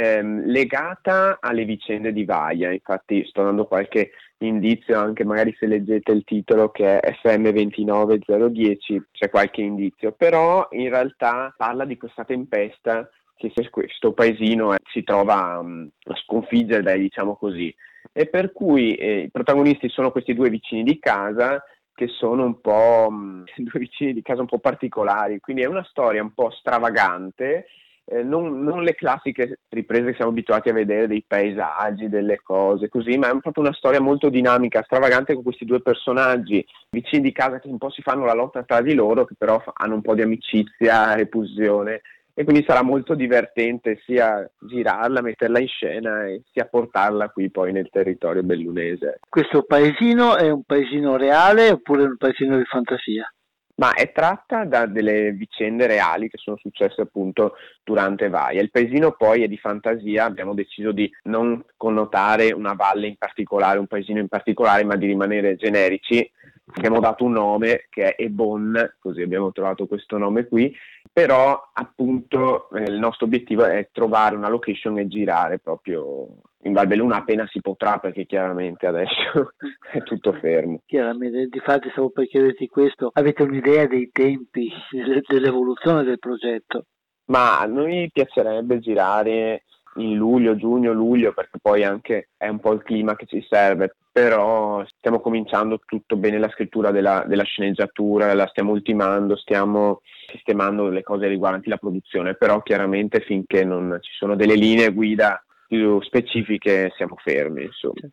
legata alle vicende di Vaia. Infatti sto dando qualche indizio, anche magari se leggete il titolo che è FM 29010 c'è qualche indizio, però in realtà parla di questa tempesta che questo paesino si trova a sconfiggere, diciamo così, e per cui i protagonisti sono questi due vicini di casa, che sono un po' due vicini di casa un po' particolari, quindi è una storia un po' stravagante, non le classiche riprese che siamo abituati a vedere dei paesaggi, delle cose così, ma è proprio una storia molto dinamica, stravagante, con questi due personaggi vicini di casa che un po' si fanno la lotta tra di loro, che però hanno un po' di amicizia, repulsione, e quindi sarà molto divertente sia girarla, metterla in scena e sia portarla qui poi nel territorio bellunese. Questo paesino è un paesino reale oppure un paesino di fantasia? Ma è tratta da delle vicende reali che sono successe appunto durante Vaia. Il paesino poi è di fantasia, abbiamo deciso di non connotare una valle in particolare, un paesino in particolare, ma di rimanere generici. Abbiamo dato un nome che è Ebon, così abbiamo trovato questo nome qui, però appunto il nostro obiettivo è trovare una location e girare proprio in Val Belluna appena si potrà, perché chiaramente adesso è tutto fermo. Chiaramente, difatti stavo per chiederti questo, avete un'idea dei tempi, dell'evoluzione del progetto? Ma a noi piacerebbe girare in giugno-luglio, perché poi anche è un po' il clima che ci serve, però stiamo cominciando tutto bene, la scrittura della sceneggiatura, la stiamo ultimando, stiamo sistemando le cose riguardanti la produzione, però chiaramente finché non ci sono delle linee guida più specifiche siamo fermi, insomma.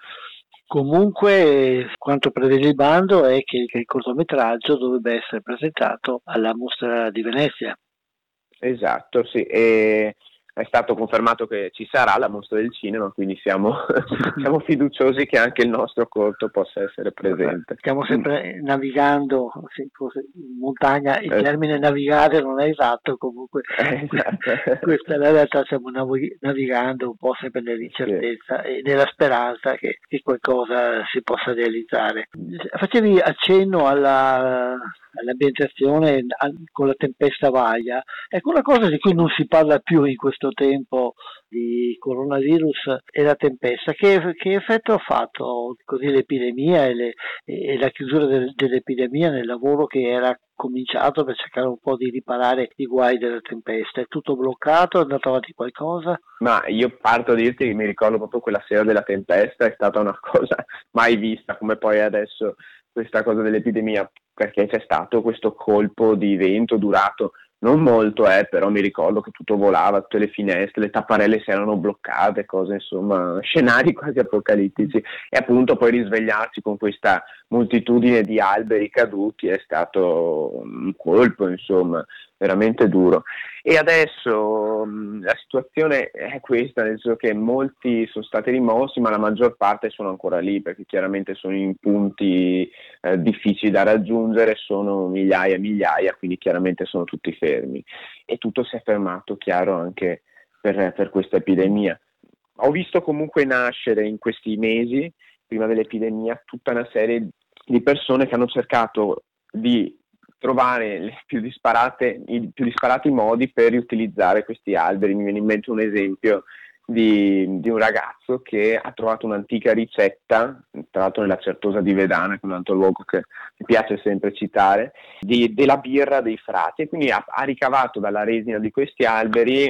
Comunque, quanto prevede il bando è che il cortometraggio dovrebbe essere presentato alla Mostra di Venezia. Esatto, sì, e è stato confermato che ci sarà la Mostra del Cinema, quindi siamo fiduciosi che anche il nostro corto possa essere presente. Stiamo sempre navigando, forse in montagna il termine navigare non è esatto, comunque questa è la realtà, stiamo navigando un po' sempre nell'incertezza e nella speranza che qualcosa si possa realizzare. Facevi accenno all'ambientazione con la tempesta Vaia. Ecco, una cosa di cui non si parla più in questo tempo di coronavirus è la tempesta. Che effetto ha fatto così l'epidemia e la chiusura dell'epidemia nel lavoro che era cominciato per cercare un po' di riparare i guai della tempesta? È tutto bloccato? È andato avanti qualcosa? Ma io parto a dirti che mi ricordo proprio quella sera della tempesta, è stata una cosa mai vista, come poi adesso questa cosa dell'epidemia, perché c'è stato questo colpo di vento durato non molto, però mi ricordo che tutto volava, tutte le finestre, le tapparelle si erano bloccate, cose, insomma, scenari quasi apocalittici, e appunto poi risvegliarsi con questa moltitudine di alberi caduti è stato un colpo, insomma, veramente duro. E adesso la situazione è questa, nel senso che molti sono stati rimossi, ma la maggior parte sono ancora lì, perché chiaramente sono in punti difficili da raggiungere, sono migliaia e migliaia, quindi chiaramente sono tutti fermi. E tutto si è fermato, chiaro, anche per questa epidemia. Ho visto comunque nascere in questi mesi, prima dell'epidemia, tutta una serie di persone che hanno cercato di trovare i più disparati modi per riutilizzare questi alberi. Mi viene in mente un esempio di un ragazzo che ha trovato un'antica ricetta, tra l'altro nella Certosa di Vedana, che è un altro luogo che mi piace sempre citare, della birra dei frati, e quindi ha ricavato dalla resina di questi alberi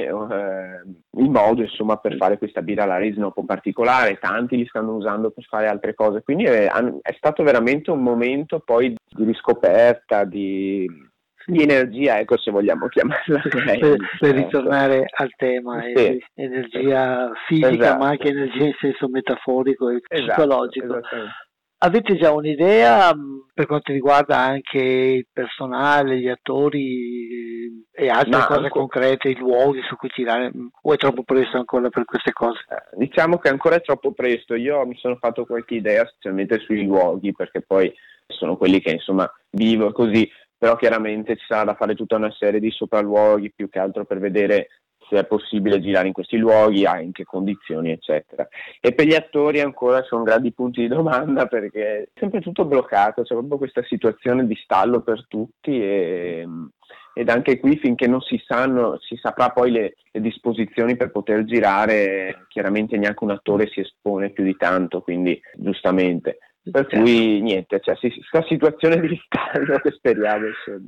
il modo, insomma, per fare questa birra alla resina un po' particolare. Tanti li stanno usando per fare altre cose, quindi è stato veramente un momento poi di riscoperta, di energia, ecco, se vogliamo chiamarla per ritornare al tema, sì. Energia fisica, esatto, ma anche energia in senso metaforico e psicologico. Avete già un'idea per quanto riguarda anche il personale, gli attori e altre cose concrete, i luoghi su cui girare, o è troppo presto ancora per queste cose? Diciamo che ancora è troppo presto. Io mi sono fatto qualche idea, specialmente sui luoghi, perché poi sono quelli che, insomma, vivo così, però chiaramente ci sarà da fare tutta una serie di sopralluoghi, più che altro per vedere se è possibile girare in questi luoghi, in che condizioni, eccetera. E per gli attori ancora ci sono grandi punti di domanda, perché è sempre tutto bloccato, c'è proprio questa situazione di stallo per tutti, ed anche qui finché non si saprà poi le disposizioni per poter girare, chiaramente neanche un attore si espone più di tanto, quindi giustamente. Per cui niente, c'è questa situazione di stallo che speriamo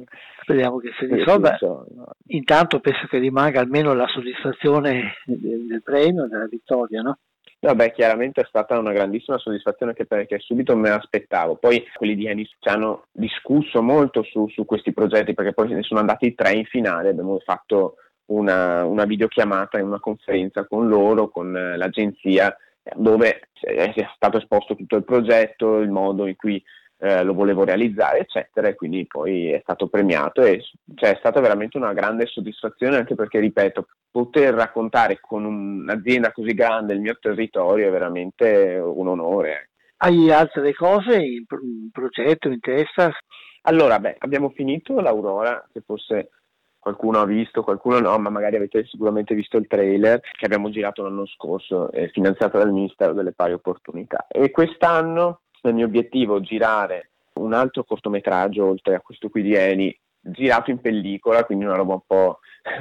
che si risolva. Intanto penso che rimanga almeno la soddisfazione del premio, della vittoria, no? Vabbè, chiaramente è stata una grandissima soddisfazione, perché subito me l'aspettavo. Poi quelli di Enis ci hanno discusso molto su questi progetti, perché poi ne sono andati 3 in finale. Abbiamo fatto una videochiamata e una conferenza con loro, con l'agenzia, dove è stato esposto tutto il progetto, il modo in cui lo volevo realizzare, eccetera, e quindi poi è stato premiato, e è stata veramente una grande soddisfazione, anche perché, ripeto, poter raccontare con un'azienda così grande il mio territorio è veramente un onore. Hai altre cose in progetto, in testa? Allora, abbiamo finito l'Aurora, che forse qualcuno ha visto, qualcuno no, ma magari avete sicuramente visto il trailer che abbiamo girato l'anno scorso, finanziato dal Ministero delle Pari Opportunità. E quest'anno è il mio obiettivo girare un altro cortometraggio, oltre a questo qui di Eni, girato in pellicola, quindi una roba un po'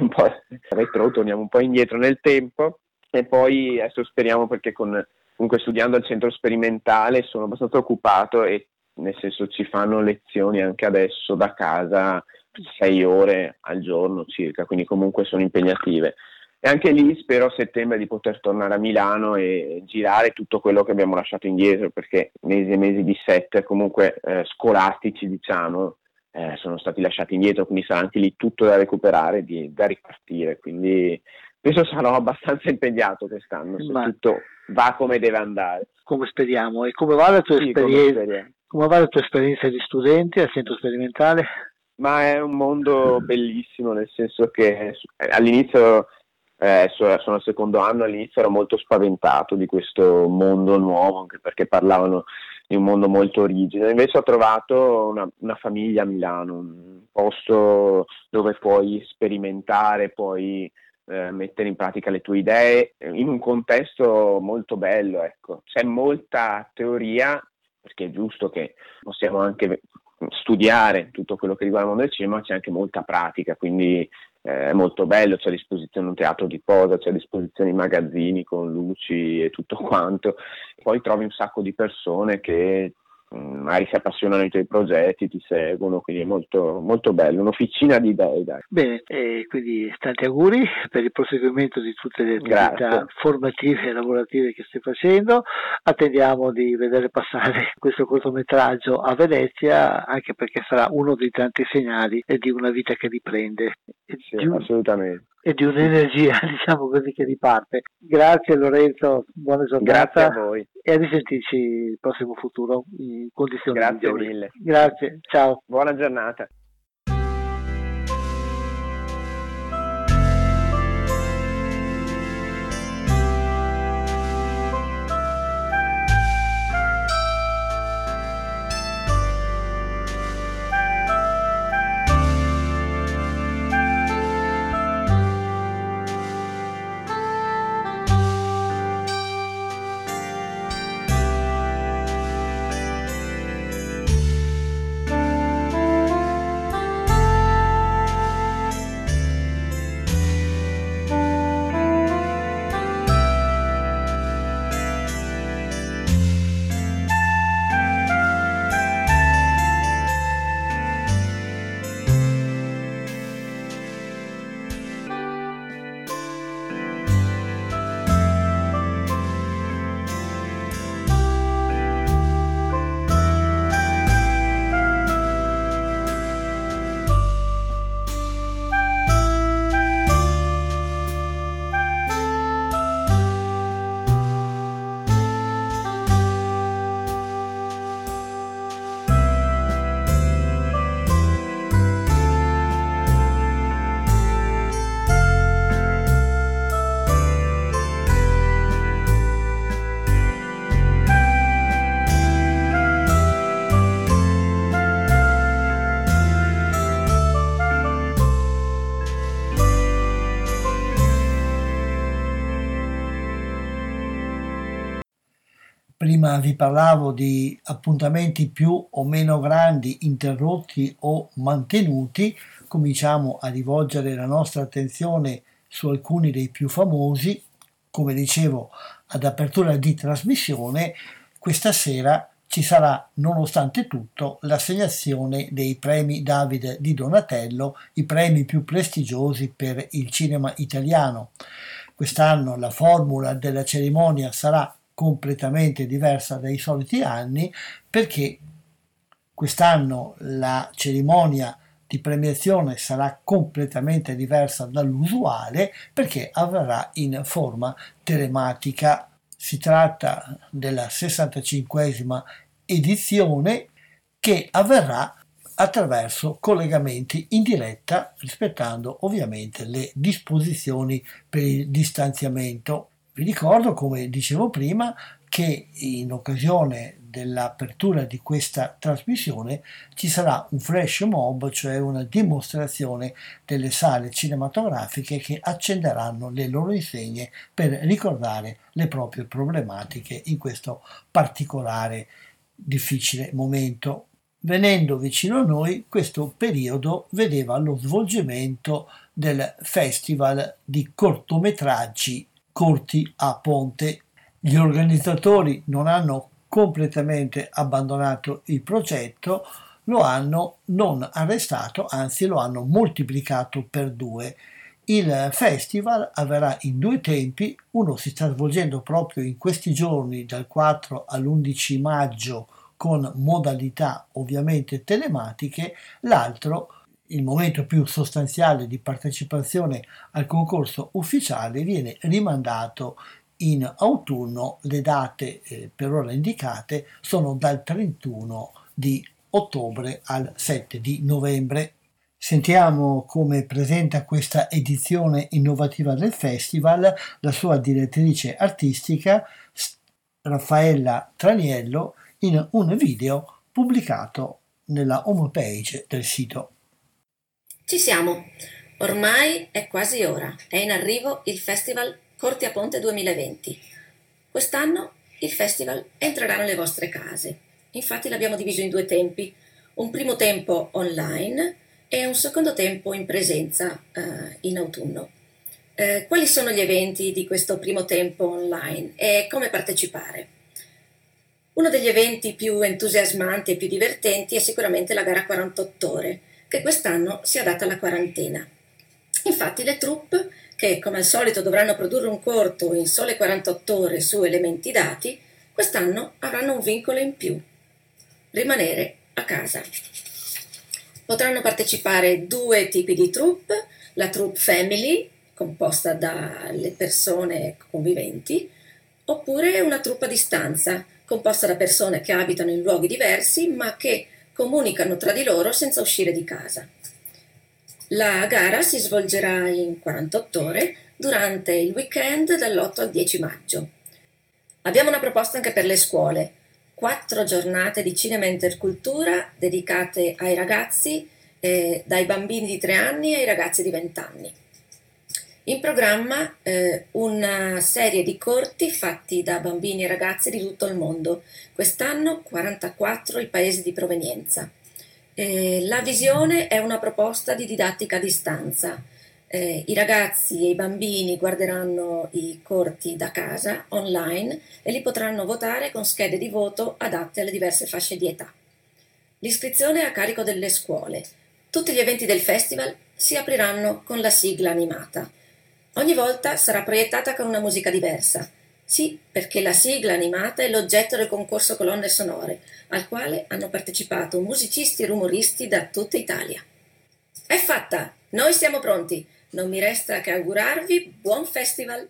retro, torniamo un po' indietro nel tempo. E poi adesso speriamo, perché comunque studiando al centro sperimentale sono abbastanza occupato, e nel senso ci fanno lezioni anche adesso da casa 6 ore al giorno circa, quindi comunque sono impegnative. E anche lì spero a settembre di poter tornare a Milano e girare tutto quello che abbiamo lasciato indietro, perché mesi e mesi di set comunque scolastici, diciamo, sono stati lasciati indietro, quindi sarà anche lì tutto da recuperare, da ripartire, quindi penso sarò abbastanza impegnato quest'anno, se tutto va come deve andare. Come speriamo. E come va la tua esperienza? Come va la tua esperienza di studente al centro sperimentale? Ma è un mondo bellissimo, nel senso che all'inizio, sono al secondo anno, all'inizio ero molto spaventato di questo mondo nuovo, anche perché parlavano di un mondo molto rigido. Invece ho trovato una famiglia a Milano, un posto dove puoi sperimentare, puoi mettere in pratica le tue idee in un contesto molto bello, ecco. C'è molta teoria, perché è giusto che possiamo anche studiare tutto quello che riguarda il mondo del cinema, ma c'è anche molta pratica, quindi è molto bello. C'è a disposizione un teatro di posa, c'è a disposizione i magazzini con luci e tutto quanto. Poi trovi un sacco di persone che magari si appassionano ai tuoi progetti, ti seguono, quindi è molto, molto bello, un'officina di idee, dai. Bene, quindi tanti auguri per il proseguimento di tutte le attività formative e lavorative che stai facendo. Attendiamo di vedere passare questo cortometraggio a Venezia, anche perché sarà uno dei tanti segnali di una vita che riprende. Sì, assolutamente. E di un'energia, diciamo così, che riparte. Grazie Lorenzo, buona giornata. Grazie a voi. E a risentirci il prossimo futuro in condizioni Grazie migliori. mille. Grazie, ciao. Buona giornata. Prima vi parlavo di appuntamenti più o meno grandi, interrotti o mantenuti. Cominciamo a rivolgere la nostra attenzione su alcuni dei più famosi. Come dicevo ad apertura di trasmissione, questa sera ci sarà, nonostante tutto, l'assegnazione dei premi Davide di Donatello, i premi più prestigiosi per il cinema italiano. Quest'anno la formula della cerimonia sarà completamente diversa dai soliti anni, perché quest'anno la cerimonia di premiazione sarà completamente diversa dall'usuale, perché avverrà in forma telematica. Si tratta della 65esima edizione, che avverrà attraverso collegamenti in diretta, rispettando ovviamente le disposizioni per il distanziamento. Vi ricordo, come dicevo prima, che in occasione dell'apertura di questa trasmissione ci sarà un flash mob, cioè una dimostrazione delle sale cinematografiche che accenderanno le loro insegne per ricordare le proprie problematiche in questo particolare difficile momento. Venendo vicino a noi, questo periodo vedeva lo svolgimento del Festival di cortometraggi corti a Ponte. Gli organizzatori non hanno completamente abbandonato il progetto, lo hanno non arrestato, anzi lo hanno moltiplicato per 2. Il festival avverrà in 2 tempi, uno si sta svolgendo proprio in questi giorni dal 4 all'11 maggio con modalità ovviamente telematiche, l'altro il momento più sostanziale di partecipazione al concorso ufficiale viene rimandato in autunno. Le date per ora indicate sono dal 31 di ottobre al 7 di novembre. Sentiamo come presenta questa edizione innovativa del festival la sua direttrice artistica Raffaella Traniello in un video pubblicato nella homepage del sito. Ci siamo, ormai è quasi ora, è in arrivo il Festival Corti a Ponte 2020. Quest'anno il festival entrerà nelle vostre case, infatti l'abbiamo diviso in 2 tempi, un primo tempo online e un secondo tempo in presenza in autunno. Quali sono gli eventi di questo primo tempo online e come partecipare? Uno degli eventi più entusiasmanti e più divertenti è sicuramente la gara 48 ore, che quest'anno si adatta alla quarantena. Infatti le troupe, che come al solito dovranno produrre un corto in sole 48 ore su elementi dati, quest'anno avranno un vincolo in più: rimanere a casa. Potranno partecipare 2 tipi di troupe: la troupe family, composta dalle persone conviventi, oppure una troupe a distanza, composta da persone che abitano in luoghi diversi ma che comunicano tra di loro senza uscire di casa. La gara si svolgerà in 48 ore durante il weekend dall'8 al 10 maggio. Abbiamo una proposta anche per le scuole: 4 giornate di cinema e intercultura dedicate ai ragazzi, dai bambini di 3 anni ai ragazzi di 20 anni. In programma una serie di corti fatti da bambini e ragazzi di tutto il mondo, quest'anno 44 i paesi di provenienza. La visione è una proposta di didattica a distanza. I ragazzi e i bambini guarderanno i corti da casa, online, e li potranno votare con schede di voto adatte alle diverse fasce di età. L'iscrizione è a carico delle scuole. Tutti gli eventi del festival si apriranno con la sigla animata. Ogni volta sarà proiettata con una musica diversa. Sì, perché la sigla animata è l'oggetto del concorso colonne sonore, al quale hanno partecipato musicisti e rumoristi da tutta Italia. È fatta! Noi siamo pronti! Non mi resta che augurarvi buon festival!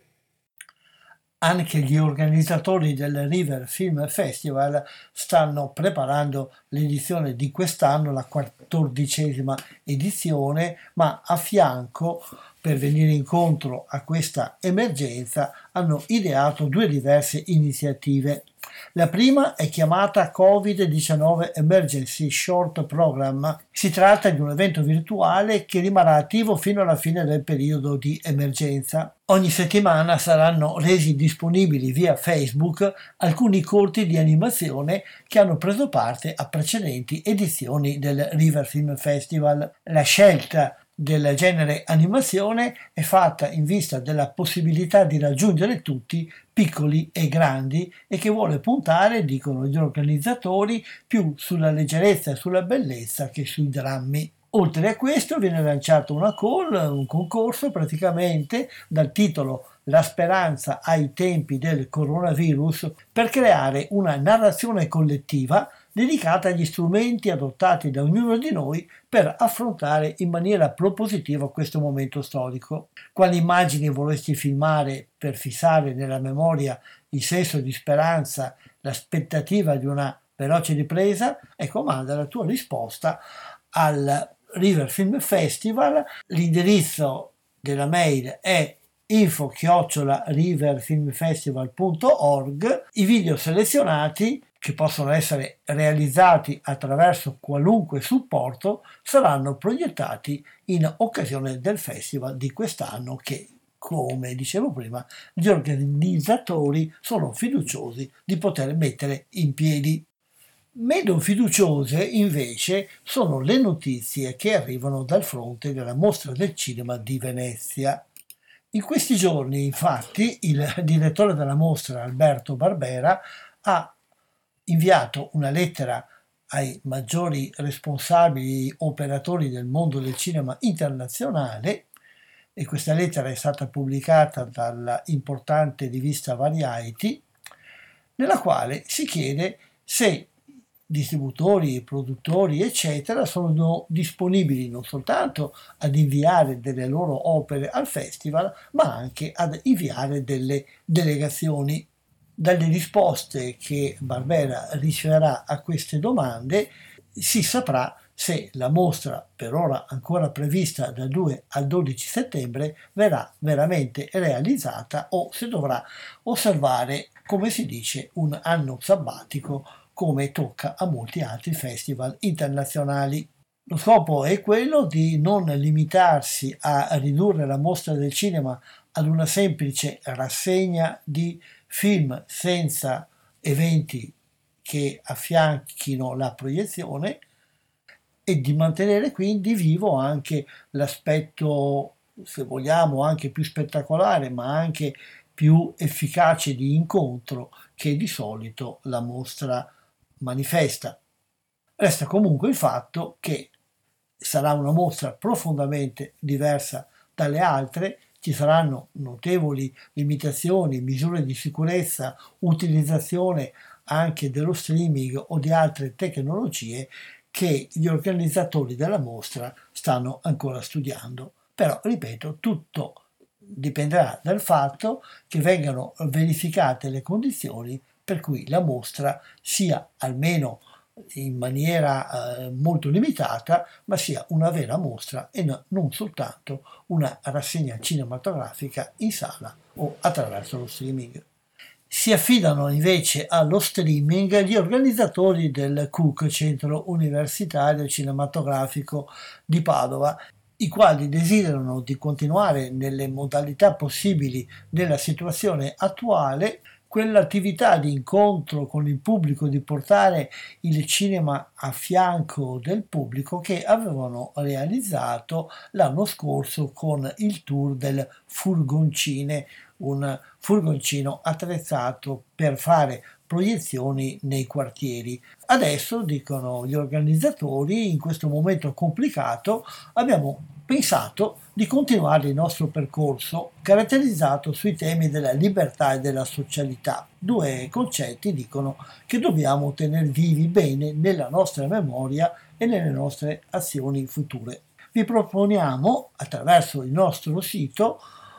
Anche gli organizzatori del River Film Festival stanno preparando l'edizione di quest'anno, la 14ª edizione, ma a fianco, per venire incontro a questa emergenza, hanno ideato 2 diverse iniziative. La prima è chiamata Covid-19 Emergency Short Program. Si tratta di un evento virtuale che rimarrà attivo fino alla fine del periodo di emergenza. Ogni settimana saranno resi disponibili via Facebook alcuni corti di animazione che hanno preso parte a precedenti edizioni del River Film Festival. La scelta del genere animazione è fatta in vista della possibilità di raggiungere tutti, piccoli e grandi, e che vuole puntare, dicono gli organizzatori, più sulla leggerezza e sulla bellezza che sui drammi. Oltre a questo viene lanciato una call, un concorso praticamente dal titolo La speranza ai tempi del coronavirus, per creare una narrazione collettiva dedicata agli strumenti adottati da ognuno di noi per affrontare in maniera propositiva questo momento storico. Quali immagini vorresti filmare per fissare nella memoria il senso di speranza, l'aspettativa di una veloce ripresa? Ecco, manda la tua risposta al River Film Festival. L'indirizzo della mail è info@riverfilmfestival.org. I video selezionati, che possono essere realizzati attraverso qualunque supporto, saranno proiettati in occasione del festival di quest'anno che, come dicevo prima, gli organizzatori sono fiduciosi di poter mettere in piedi. Meno fiduciose invece sono le notizie che arrivano dal fronte della Mostra del Cinema di Venezia. In questi giorni, infatti, il direttore della mostra, Alberto Barbera, ha inviato una lettera ai maggiori responsabili operatori del mondo del cinema internazionale, e questa lettera è stata pubblicata dalla importante rivista Variety, nella quale si chiede se distributori, produttori, eccetera, sono disponibili non soltanto ad inviare delle loro opere al festival, ma anche ad inviare delle delegazioni. Dalle risposte che Barbera riceverà a queste domande si saprà se la mostra, per ora ancora prevista dal 2 al 12 settembre, verrà veramente realizzata o se dovrà osservare, come si dice, un anno sabbatico, come tocca a molti altri festival internazionali. Lo scopo è quello di non limitarsi a ridurre la mostra del cinema ad una semplice rassegna di film senza eventi che affianchino la proiezione e di mantenere quindi vivo anche l'aspetto, se vogliamo, anche più spettacolare, ma anche più efficace di incontro che di solito la mostra manifesta. Resta comunque il fatto che sarà una mostra profondamente diversa dalle altre, ci saranno notevoli limitazioni, misure di sicurezza, utilizzazione anche dello streaming o di altre tecnologie che gli organizzatori della mostra stanno ancora studiando. Però, ripeto, tutto dipenderà dal fatto che vengano verificate le condizioni per cui la mostra sia almeno in maniera molto limitata, ma sia una vera mostra e non soltanto una rassegna cinematografica in sala o attraverso lo streaming. Si affidano invece allo streaming gli organizzatori del CUC, Centro Universitario Cinematografico di Padova, i quali desiderano di continuare nelle modalità possibili della situazione attuale quell'attività di incontro con il pubblico, di portare il cinema a fianco del pubblico che avevano realizzato l'anno scorso con il tour del Furgoncine, un furgoncino attrezzato per fare proiezioni nei quartieri. Adesso, dicono gli organizzatori, in questo momento complicato abbiamo pensato di continuare il nostro percorso caratterizzato sui temi della libertà e della socialità, due concetti, dicono, che dobbiamo tenere vivi bene nella nostra memoria e nelle nostre azioni future. Vi proponiamo, attraverso il nostro sito,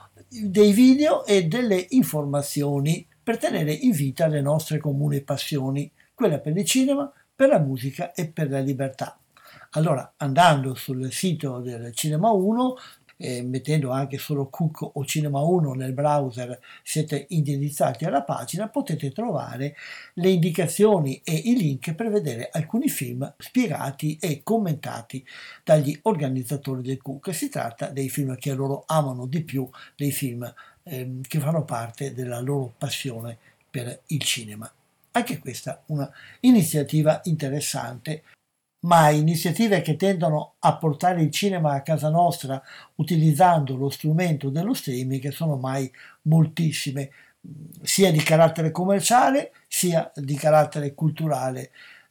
dei video e delle informazioni per tenere in vita le nostre comuni passioni, quella per il cinema, per la musica e per la libertà. Allora, andando sul sito del Cinema 1, mettendo anche solo CUC o Cinema 1 nel browser, siete indirizzati alla pagina, potete trovare le indicazioni e i link per vedere alcuni film spiegati e commentati dagli organizzatori del CUC. Si tratta dei film che loro amano di più, dei film che fanno parte della loro passione per il cinema. Anche questa una iniziativa interessante, ma iniziative che tendono a portare il cinema a casa nostra utilizzando lo strumento dello streaming sono mai moltissime, sia di carattere commerciale sia di carattere culturale.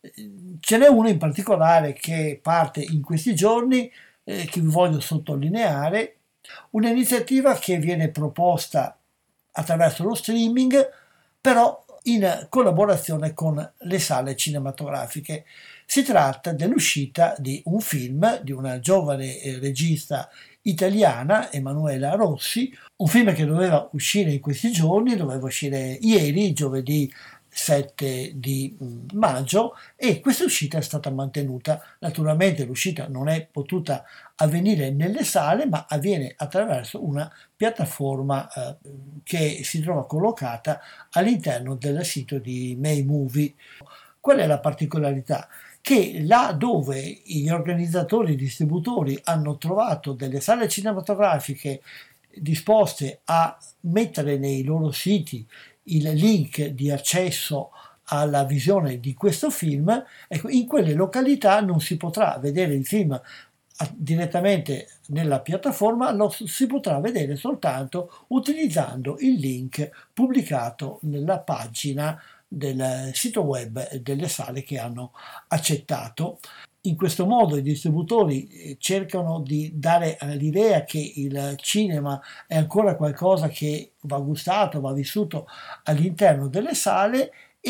Ce n'è una in particolare che parte in questi giorni, che vi voglio sottolineare, un'iniziativa che viene proposta attraverso lo streaming, però in collaborazione con le sale cinematografiche. Si tratta dell'uscita di un film di una giovane regista italiana, Emanuela Rossi, un film che doveva uscire in questi giorni, doveva uscire ieri, giovedì 7 di maggio, e questa uscita è stata mantenuta. Naturalmente l'uscita non è potuta avvenire nelle sale, ma avviene attraverso una piattaforma che si trova collocata all'interno del sito di May Movie. Qual è la particolarità? Che là dove gli organizzatori e distributori hanno trovato delle sale cinematografiche disposte a mettere nei loro siti il link di accesso alla visione di questo film, ecco, in quelle località non si potrà vedere il film direttamente nella piattaforma, lo si potrà vedere soltanto utilizzando il link pubblicato nella pagina del sito web delle sale che hanno accettato. In questo modo i distributori cercano di dare l'idea che il cinema è ancora qualcosa che va gustato, va vissuto all'interno delle sale, e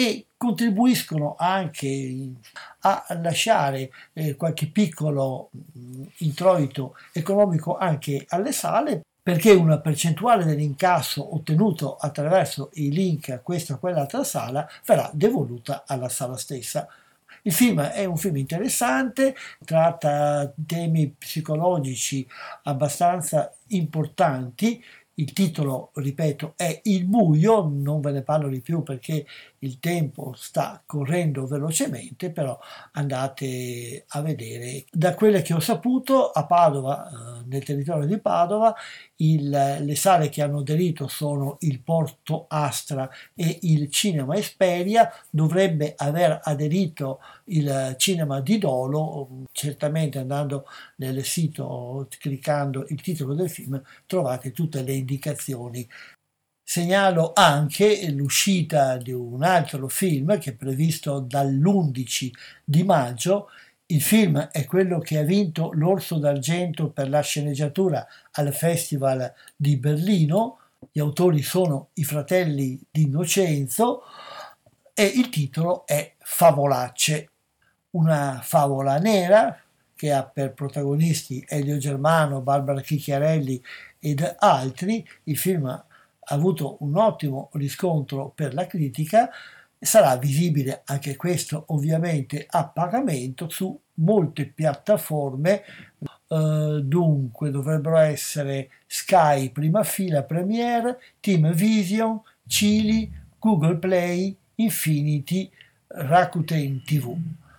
contribuiscono anche a lasciare qualche piccolo introito economico anche alle sale, perché una percentuale dell'incasso ottenuto attraverso i link a questa o quell'altra sala verrà devoluta alla sala stessa. Il film è un film interessante, tratta temi psicologici abbastanza importanti. Il titolo, ripeto, è Il buio, non ve ne parlo di più perché il tempo sta correndo velocemente, però andate a vedere. Da quelle che ho saputo, a Padova, nel territorio di Padova, le sale che hanno aderito sono il Porto Astra e il Cinema Esperia. Dovrebbe aver aderito il Cinema di Dolo. Certamente andando nel sito, cliccando il titolo del film, trovate tutte le indicazioni. Segnalo anche l'uscita di un altro film che è previsto dall'11 di maggio. Il film è quello che ha vinto l'Orso d'Argento per la sceneggiatura al Festival di Berlino. Gli autori sono i fratelli di Innocenzo e il titolo è Favolacce, una favola nera che ha per protagonisti Elio Germano, Barbara Chicchiarelli ed altri. Il film ha avuto un ottimo riscontro per la critica. Sarà visibile anche questo ovviamente a pagamento su molte piattaforme, dunque dovrebbero essere Sky Prima Fila Premiere, Team Vision, Chili, Google Play, Infinity, Rakuten TV.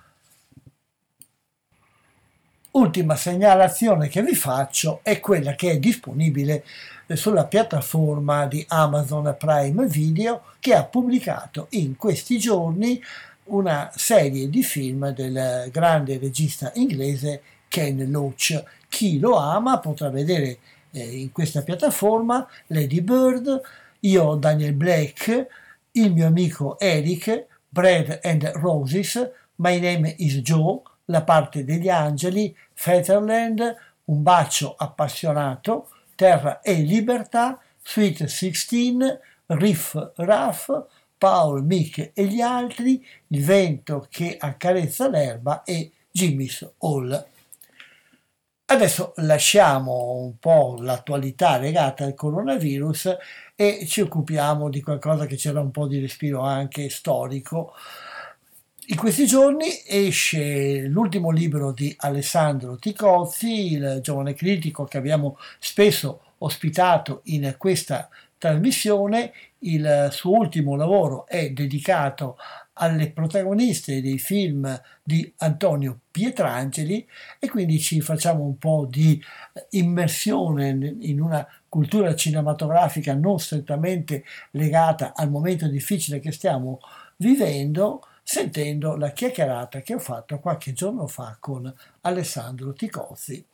Ultima segnalazione che vi faccio è quella che è disponibile sulla piattaforma di Amazon Prime Video, che ha pubblicato in questi giorni una serie di film del grande regista inglese Ken Loach. Chi lo ama potrà vedere in questa piattaforma Lady Bird, Io Daniel Blake, Il mio amico Eric, Bread and Roses, My Name is Joe, La parte degli angeli, Featherland, Un bacio appassionato, Terra e libertà, Sweet 16, Riff Raff, Paul, Mick e gli altri, Il vento che accarezza l'erba e Jimmy's Hall. Adesso lasciamo un po' l'attualità legata al coronavirus e ci occupiamo di qualcosa che c'era un po' di respiro anche storico. In questi giorni esce l'ultimo libro di Alessandro Ticozzi, il giovane critico che abbiamo spesso ospitato in questa trasmissione. Il suo ultimo lavoro è dedicato alle protagoniste dei film di Antonio Pietrangeli e quindi ci facciamo un po' di immersione in una cultura cinematografica non strettamente legata al momento difficile che stiamo vivendo, sentendo la chiacchierata che ho fatto qualche giorno fa con Alessandro Ticozzi.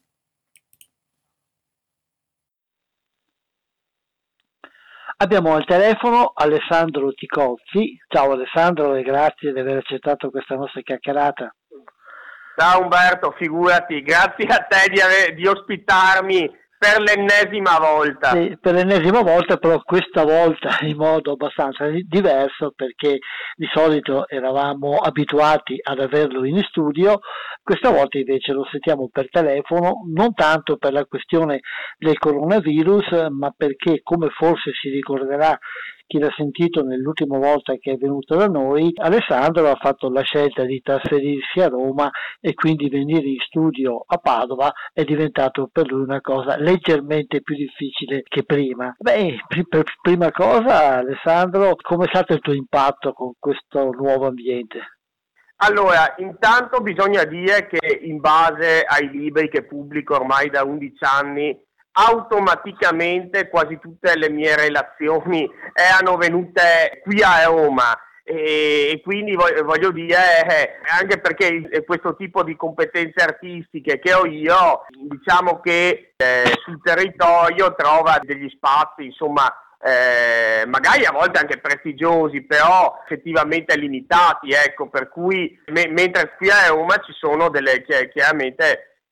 Abbiamo al telefono Alessandro Ticozzi. Ciao Alessandro e grazie di aver accettato questa nostra chiacchierata. Ciao Umberto, figurati, grazie a te di ospitarmi per l'ennesima volta. Sì, per l'ennesima volta, però questa volta in modo abbastanza diverso, perché di solito eravamo abituati ad averlo in studio, questa volta invece lo sentiamo per telefono, non tanto per la questione del coronavirus, ma perché, come forse si ricorderà chi l'ha sentito nell'ultima volta che è venuto da noi, Alessandro ha fatto la scelta di trasferirsi a Roma e quindi venire in studio a Padova è diventato per lui una cosa leggermente più difficile che prima. Per prima cosa, Alessandro, come è stato il tuo impatto con questo nuovo ambiente? Allora, intanto bisogna dire che in base ai libri che pubblico ormai da 11 anni, automaticamente quasi tutte le mie relazioni erano venute qui a Roma e quindi voglio dire, anche perché questo tipo di competenze artistiche che ho io, diciamo che sul territorio trova degli spazi, insomma, magari a volte anche prestigiosi, però effettivamente limitati, ecco, per cui mentre qui a Roma ci sono chiaramente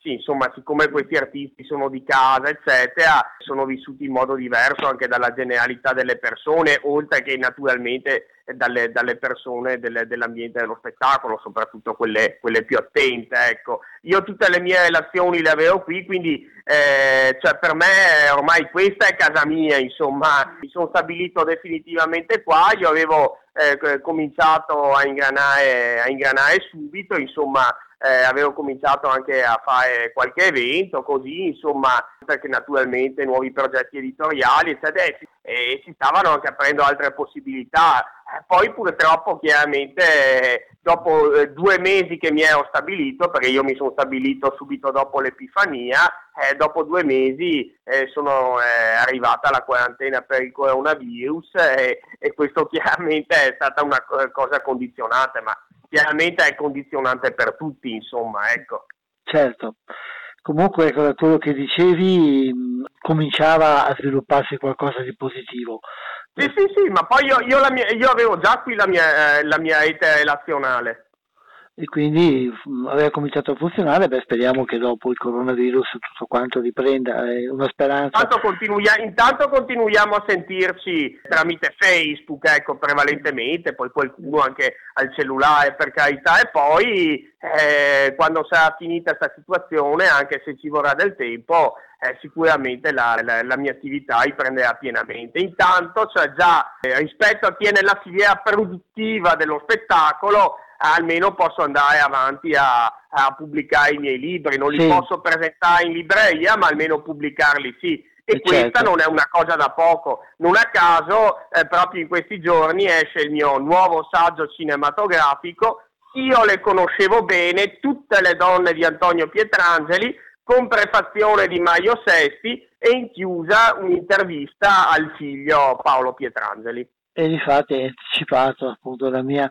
sì, insomma, siccome questi artisti sono di casa, eccetera, sono vissuti in modo diverso anche dalla generalità delle persone, oltre che naturalmente dalle persone dell'ambiente dello spettacolo, soprattutto quelle più attente, ecco. Io tutte le mie relazioni le avevo qui, quindi cioè per me ormai questa è casa mia, insomma, mi sono stabilito definitivamente qua. Io avevo cominciato a ingranare subito, insomma. Avevo cominciato anche a fare qualche evento così, insomma, perché naturalmente nuovi progetti editoriali, eccetera, e si stavano anche aprendo altre possibilità. Poi purtroppo chiaramente dopo 2 mesi che mi ero stabilito, perché io mi sono stabilito subito dopo l'Epifania, dopo 2 mesi sono arrivata la quarantena per il coronavirus, e questo chiaramente è stata una cosa condizionante, ma chiaramente è condizionante per tutti, insomma, ecco. Certo. Comunque, da quello che dicevi, cominciava a svilupparsi qualcosa di positivo. Sì, ma poi io avevo già qui la mia rete relazionale. E quindi aveva cominciato a funzionare. Speriamo che dopo il coronavirus tutto quanto riprenda, è una speranza. Intanto continuiamo a sentirci tramite Facebook, ecco, prevalentemente, poi qualcuno anche al cellulare, per carità, e poi quando sarà finita questa situazione, anche se ci vorrà del tempo, sicuramente la mia attività riprenderà pienamente. Intanto, cioè già rispetto a chi è nella filiera produttiva dello spettacolo, almeno posso andare avanti a pubblicare i miei libri. Non li posso presentare in libreria, ma almeno pubblicarli sì. E questa non è una cosa da poco. Non a caso, proprio in questi giorni esce il mio nuovo saggio cinematografico. Io le conoscevo bene, tutte le donne di Antonio Pietrangeli, con prefazione di Mario Sesti e in chiusa un'intervista al figlio Paolo Pietrangeli. E difatti hai anticipato appunto la mia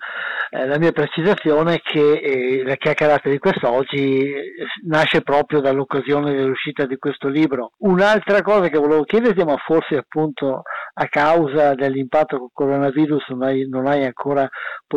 precisazione che la chiacchierata di quest'oggi nasce proprio dall'occasione dell'uscita di questo libro. Un'altra cosa che volevo chiederti, ma forse appunto a causa dell'impatto col coronavirus non hai ancora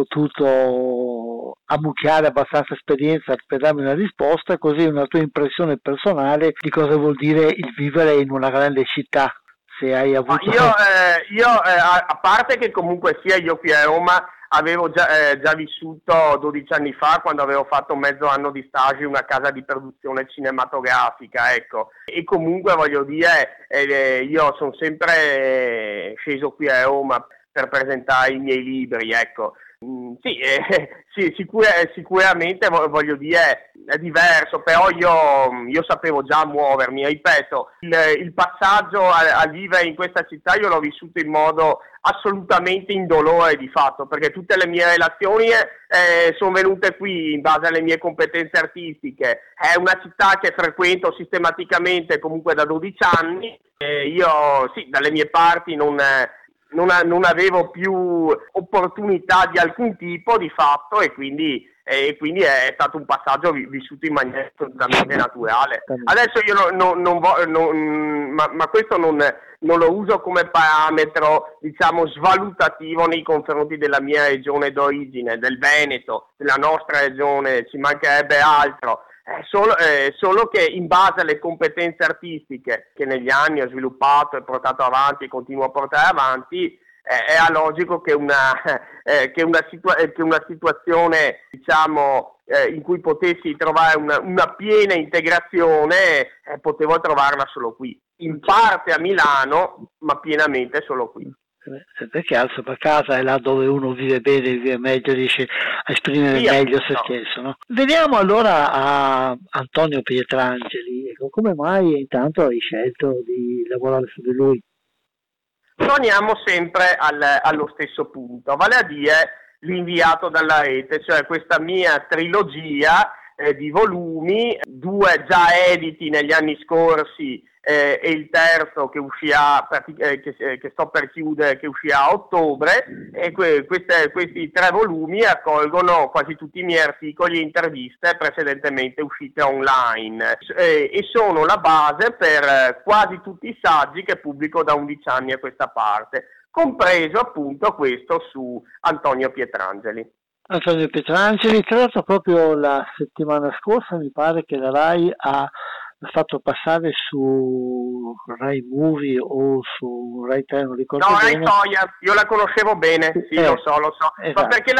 potuto ammucchiare abbastanza esperienza per darmi una risposta, così una tua impressione personale di cosa vuol dire il vivere in una grande città. Se hai avuto... Io a parte che comunque sia io qui a Roma avevo già vissuto 12 anni fa, quando avevo fatto mezzo anno di stage in una casa di produzione cinematografica, ecco, e comunque voglio dire, io sono sempre sceso qui a Roma per presentare i miei libri, ecco. Sì, sicuramente voglio dire è diverso, però io sapevo già muovermi, ripeto, il passaggio a vivere in questa città io l'ho vissuto in modo assolutamente indolore di fatto, perché tutte le mie relazioni sono venute qui in base alle mie competenze artistiche. È una città che frequento sistematicamente comunque da 12 anni, io sì, dalle mie parti non avevo più opportunità di alcun tipo di fatto, e quindi è stato un passaggio vissuto in maniera totalmente naturale. Adesso io ma questo non lo uso come parametro, diciamo, svalutativo nei confronti della mia regione d'origine, del Veneto, della nostra regione, ci mancherebbe altro. Solo che in base alle competenze artistiche che negli anni ho sviluppato e portato avanti e continuo a portare avanti, è logico che una situazione, diciamo, in cui potessi trovare una piena integrazione, potevo trovarla solo qui, in parte a Milano, ma pienamente solo qui. Perché alzo per casa è là dove uno vive bene, vive meglio, riesce a esprimere meglio se stesso, no? Veniamo allora a Antonio Pietrangeli. Come mai intanto hai scelto di lavorare su di lui? Torniamo sempre allo stesso punto, vale a dire l'inviato dalla rete, cioè questa mia trilogia di volumi, 2 già editi negli anni scorsi, e il terzo che uscirà, che sto per chiudere, che uscirà a ottobre, e questi 3 volumi raccolgono quasi tutti i miei articoli e interviste precedentemente uscite online, e sono la base per quasi tutti i saggi che pubblico da 11 anni a questa parte, compreso appunto questo su Antonio Pietrangeli. Antonio Pietrangeli. Tra l'altro proprio la settimana scorsa mi pare che la Rai ha fatto passare su Rai Movie o su Rai 3, non ricordo bene. No, Rai Soia, io la conoscevo bene, sì, lo so, esatto. Ma perché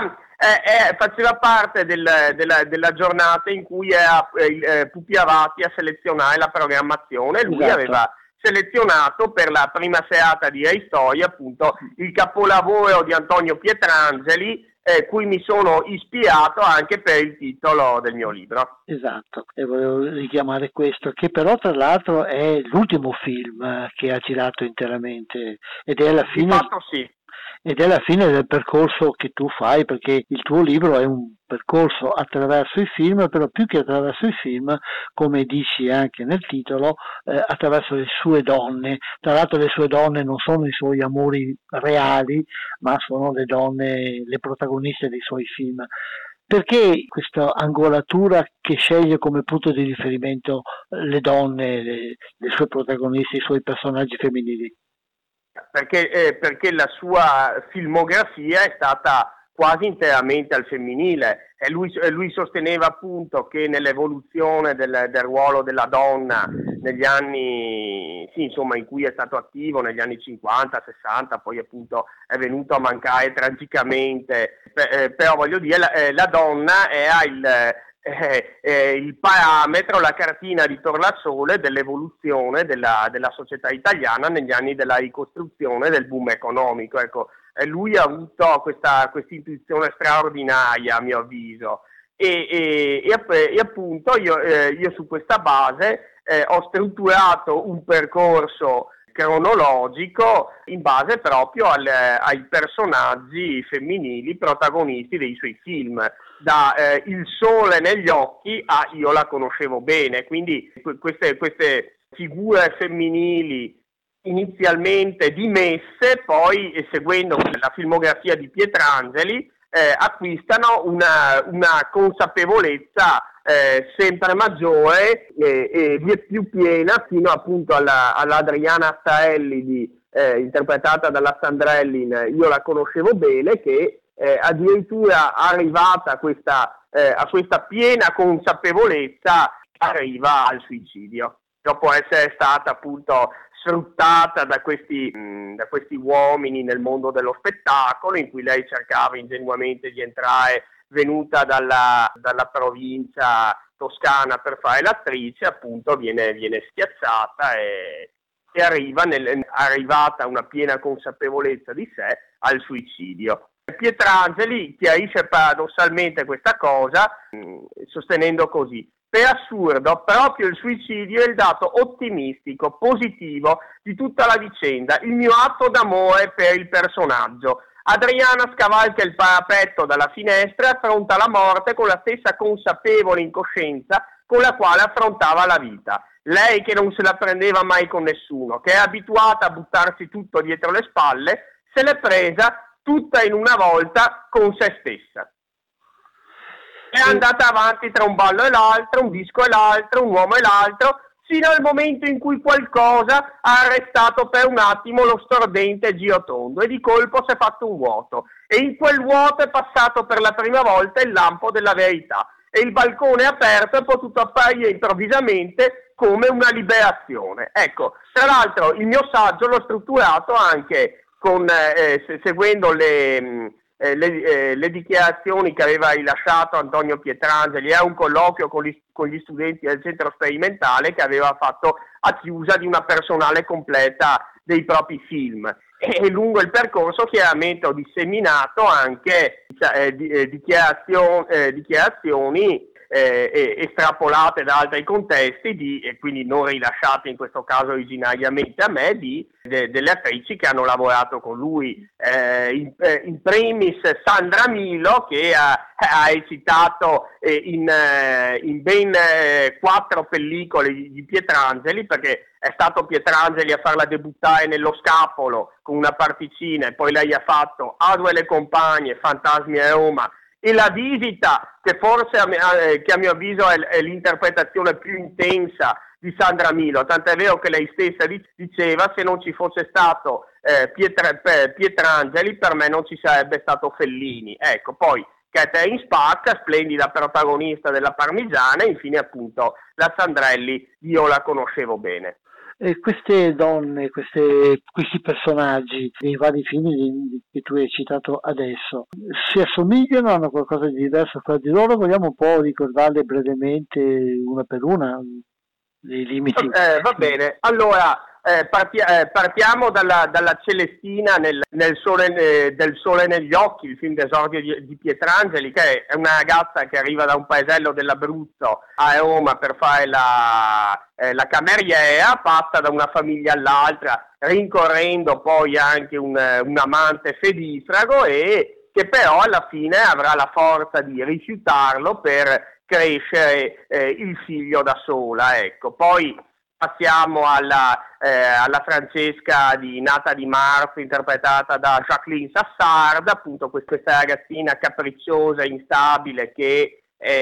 faceva parte della giornata in cui Pupi Avati a selezionare la programmazione, e lui aveva selezionato per la prima serata di Rai Storia appunto il capolavoro di Antonio Pietrangeli, cui mi sono ispirato anche per il titolo del mio libro. Esatto, e volevo richiamare questo, che però tra l'altro è l'ultimo film che ha girato interamente ed è alla fine. Di fatto sì. Ed è la fine del percorso che tu fai, perché il tuo libro è un percorso attraverso i film, però più che attraverso i film, come dici anche nel titolo, attraverso le sue donne. Tra l'altro le sue donne non sono i suoi amori reali, ma sono le donne, le protagoniste dei suoi film. Perché questa angolatura che sceglie come punto di riferimento le donne, le sue protagoniste, i suoi personaggi femminili? Perché la sua filmografia è stata quasi interamente al femminile, e lui sosteneva appunto che nell'evoluzione del ruolo della donna negli anni, sì, insomma, in cui è stato attivo negli anni 50, 60, poi appunto è venuto a mancare tragicamente, però voglio dire, la donna era il parametro, la cartina di tornasole dell'evoluzione della società italiana negli anni della ricostruzione del boom economico. Ecco, lui ha avuto questa intuizione straordinaria, a mio avviso, e appunto io su questa base ho strutturato un percorso cronologico in base proprio ai personaggi femminili protagonisti dei suoi film, da Il sole negli occhi a Io la conoscevo bene. Quindi queste figure femminili inizialmente dimesse, poi seguendo la filmografia di Pietrangeli acquistano una consapevolezza sempre maggiore e più piena, fino appunto all'Adriana Staelli interpretata dalla Sandrelli in Io la conoscevo bene, che addirittura arrivata a questa piena consapevolezza arriva al suicidio, dopo essere stata appunto sfruttata da questi uomini nel mondo dello spettacolo, in cui lei cercava ingenuamente di entrare, venuta dalla provincia toscana per fare l'attrice, appunto viene schiacciata e arrivata a una piena consapevolezza di sé, al suicidio. Pietrangeli chiarisce paradossalmente questa cosa sostenendo così: per assurdo, proprio il suicidio è il dato ottimistico, positivo di tutta la vicenda, il mio atto d'amore per il personaggio. Adriana scavalca il parapetto dalla finestra e affronta la morte con la stessa consapevole incoscienza con la quale affrontava la vita. Lei che non se la prendeva mai con nessuno, che è abituata a buttarsi tutto dietro le spalle, se l'è presa tutta in una volta con se stessa. È andata avanti tra un ballo e l'altro, un disco e l'altro, un uomo e l'altro, fino al momento in cui qualcosa ha arrestato per un attimo lo stordente giotondo e di colpo si è fatto un vuoto. E in quel vuoto è passato per la prima volta il lampo della verità e il balcone aperto è potuto apparire improvvisamente come una liberazione. Ecco, tra l'altro il mio saggio l'ho strutturato anche seguendo le dichiarazioni che aveva rilasciato Antonio Pietrangeli. È un colloquio con gli studenti del centro sperimentale che aveva fatto a chiusa di una personale completa dei propri film, e lungo il percorso chiaramente ho disseminato anche dichiarazioni estrapolate da altri contesti e quindi non rilasciate in questo caso originariamente a me, delle attrici che hanno lavorato con lui, in primis Sandra Milo, che ha recitato in ben 4 pellicole di Pietrangeli, perché è stato Pietrangeli a farla debuttare nello Scapolo con una particina, e poi lei ha fatto Adua e le compagne, Fantasmi a Roma e La visita, che forse che a mio avviso è l'interpretazione più intensa di Sandra Milo, tant'è vero che lei stessa diceva: se non ci fosse stato Pietrangeli, per me non ci sarebbe stato Fellini. Ecco, poi Catherine Spack, splendida protagonista della Parmigiana, e infine appunto la Sandrelli, io la conoscevo bene. E queste donne, questi personaggi dei vari film che tu hai citato adesso, si assomigliano, hanno qualcosa di diverso fra di loro? Vogliamo un po' ricordarle brevemente una per una, dei limiti? Va bene, allora partiamo dalla Celestina nel sole, del sole negli occhi, il film d'esordio di Pietrangeli, che è una ragazza che arriva da un paesello dell'Abruzzo a Roma per fare la cameriera, passa da una famiglia all'altra, rincorrendo poi anche un amante fedifrago, e che però alla fine avrà la forza di rifiutarlo per crescere il figlio da sola, ecco. Poi passiamo alla Francesca Nata di Marzo, interpretata da Jacqueline Sassard, appunto questa ragazzina capricciosa, instabile, che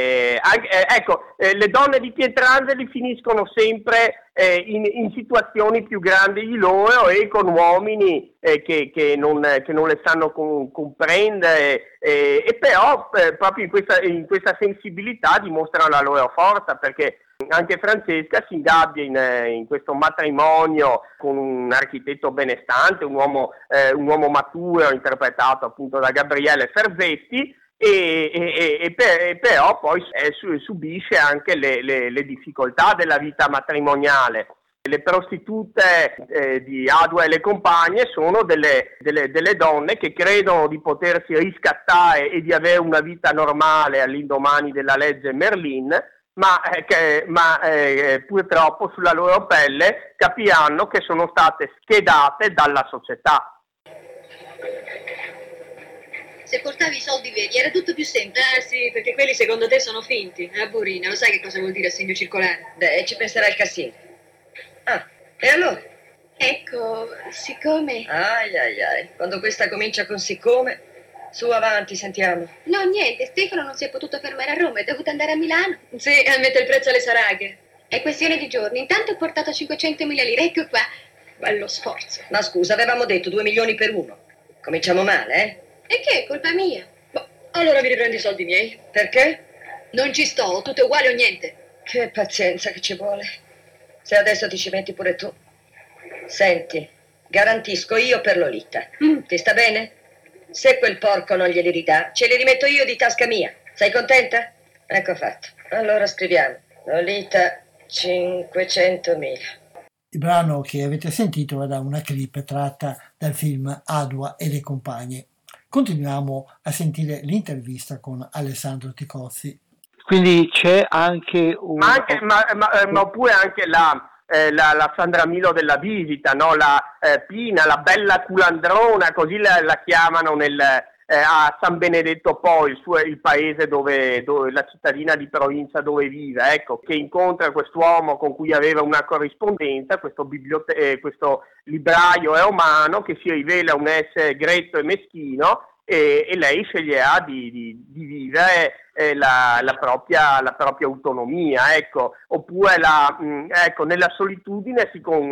le donne di Pietrangeli finiscono sempre in situazioni più grandi di loro e con uomini che non le sanno comprendere, e però proprio in questa sensibilità dimostrano la loro forza, perché anche Francesca si ingabbia in questo matrimonio con un architetto benestante, un uomo maturo, interpretato appunto da Gabriele Ferzetti, però poi subisce anche le difficoltà della vita matrimoniale. Le prostitute di Adua e le compagne sono delle donne che credono di potersi riscattare e di avere una vita normale all'indomani della legge Merlin, ma purtroppo sulla loro pelle capiranno che sono state schedate dalla società. Se portavi i soldi veri era tutto più semplice. Sì, perché quelli secondo te sono finti. Burina, lo sai che cosa vuol dire assegno circolare? Beh, ci penserà il cassino. Ah, e allora? Ecco, siccome... Ai, quando questa comincia con siccome... Su, avanti, sentiamo. No, niente, Stefano non si è potuto fermare a Roma, è dovuto andare a Milano. Sì, a mettere il prezzo alle saraghe. È questione di giorni. Intanto ho portato 500.000 lire, ecco qua. Bello sforzo. Ma scusa, avevamo detto 2 milioni per uno. Cominciamo male, eh? E che? È colpa mia. Boh, allora mi riprendi i soldi miei. Perché? Non ci sto, tutto è uguale o niente. Che pazienza che ci vuole. Se adesso ti ci metti pure tu. Senti, garantisco io per Lolita. Ti sta bene? Se quel porco non glieli ridà, ce li rimetto io di tasca mia. Sei contenta? Ecco fatto. Allora scriviamo. Lolita, 500.000. Il brano che avete sentito era una clip tratta dal film Adua e le compagne. Continuiamo a sentire l'intervista con Alessandro Ticozzi. Quindi c'è anche un... Ma oppure anche la Sandra Milo della Visita, no? La Pina, la bella culandrona, così la chiamano a San Benedetto Po, il paese dove la cittadina di provincia dove vive, ecco, che incontra quest'uomo con cui aveva una corrispondenza, questo libraio romano, che si rivela un essere gretto e meschino, e lei sceglierà di vivere la propria autonomia, ecco. Oppure nella solitudine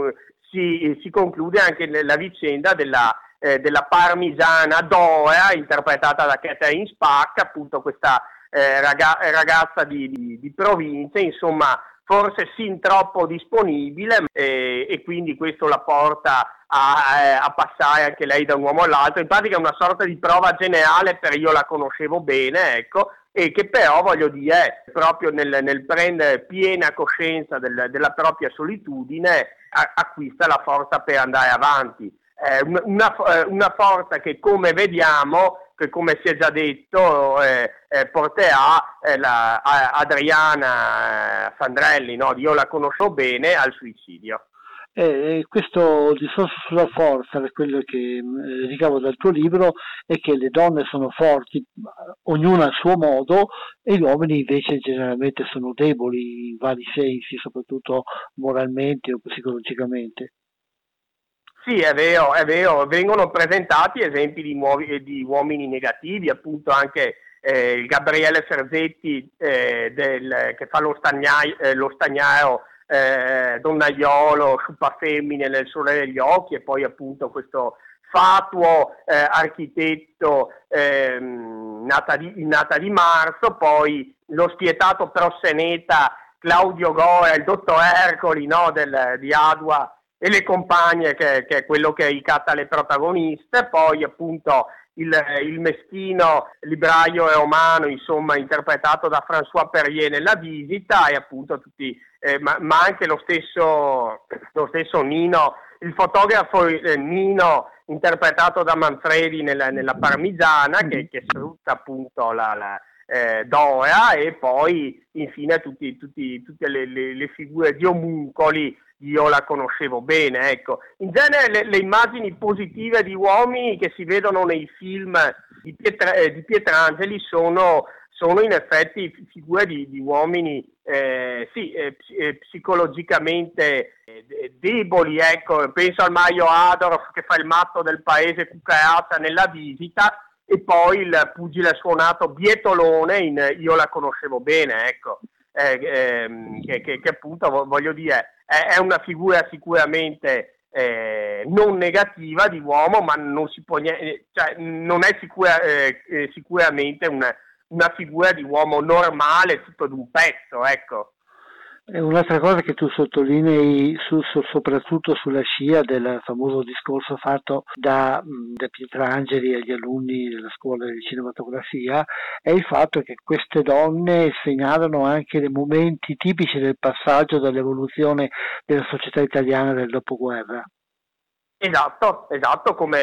si conclude anche la vicenda della Parmigiana Dora, interpretata da Catherine Spack, appunto questa ragazza di provincia, insomma, forse sin troppo disponibile, e quindi questo la porta a passare anche lei da un uomo all'altro. In pratica è una sorta di prova generale per io la conoscevo bene, ecco, e che però, voglio dire, proprio nel prendere piena coscienza della propria solitudine acquista la forza per andare avanti. Una forza che, come vediamo, che come si è già detto, porterà Adriana Sandrelli, no? Io la conosco bene, al suicidio. Questo discorso sulla forza, quello che ricavo dal tuo libro, è che le donne sono forti, ognuna a suo modo, e gli uomini invece generalmente sono deboli in vari sensi, soprattutto moralmente o psicologicamente. Sì, è vero, vengono presentati esempi di uomini negativi, appunto anche il Gabriele Ferzetti che fa lo stagnaro donnaiolo, sciupafemmine nel sole degli occhi, e poi appunto questo fatuo architetto nata di Marzo, poi lo spietato prosseneta Claudio Goya, il dottor Ercoli, no, di Adua e le compagne, che è quello che ricatta le protagoniste, poi appunto il meschino libraio e omano, insomma, interpretato da François Perrier nella Visita, e appunto tutti, ma anche lo stesso Nino, il fotografo Nino, interpretato da Manfredi nella Parmigiana, che sfrutta appunto la Dora, e poi infine tutte le figure di omuncoli. Io la conoscevo bene, ecco. In genere le immagini positive di uomini che si vedono nei film di Pietrangeli sono in effetti figure di uomini psicologicamente deboli, ecco. Penso al Mario Adorf che fa il matto del paese Cucaracha nella Visita, e poi il pugile suonato Bietolone in Io la conoscevo bene, ecco. Che appunto, voglio dire, è una figura sicuramente non negativa di uomo, ma non si può non è sicuramente una figura di uomo normale, tutto d'un pezzo, ecco. Un'altra cosa che tu sottolinei soprattutto sulla scia del famoso discorso fatto da Pietrangeli agli alunni della scuola di cinematografia è il fatto che queste donne segnalano anche dei momenti tipici del passaggio dall'evoluzione della società italiana del dopoguerra. Esatto, come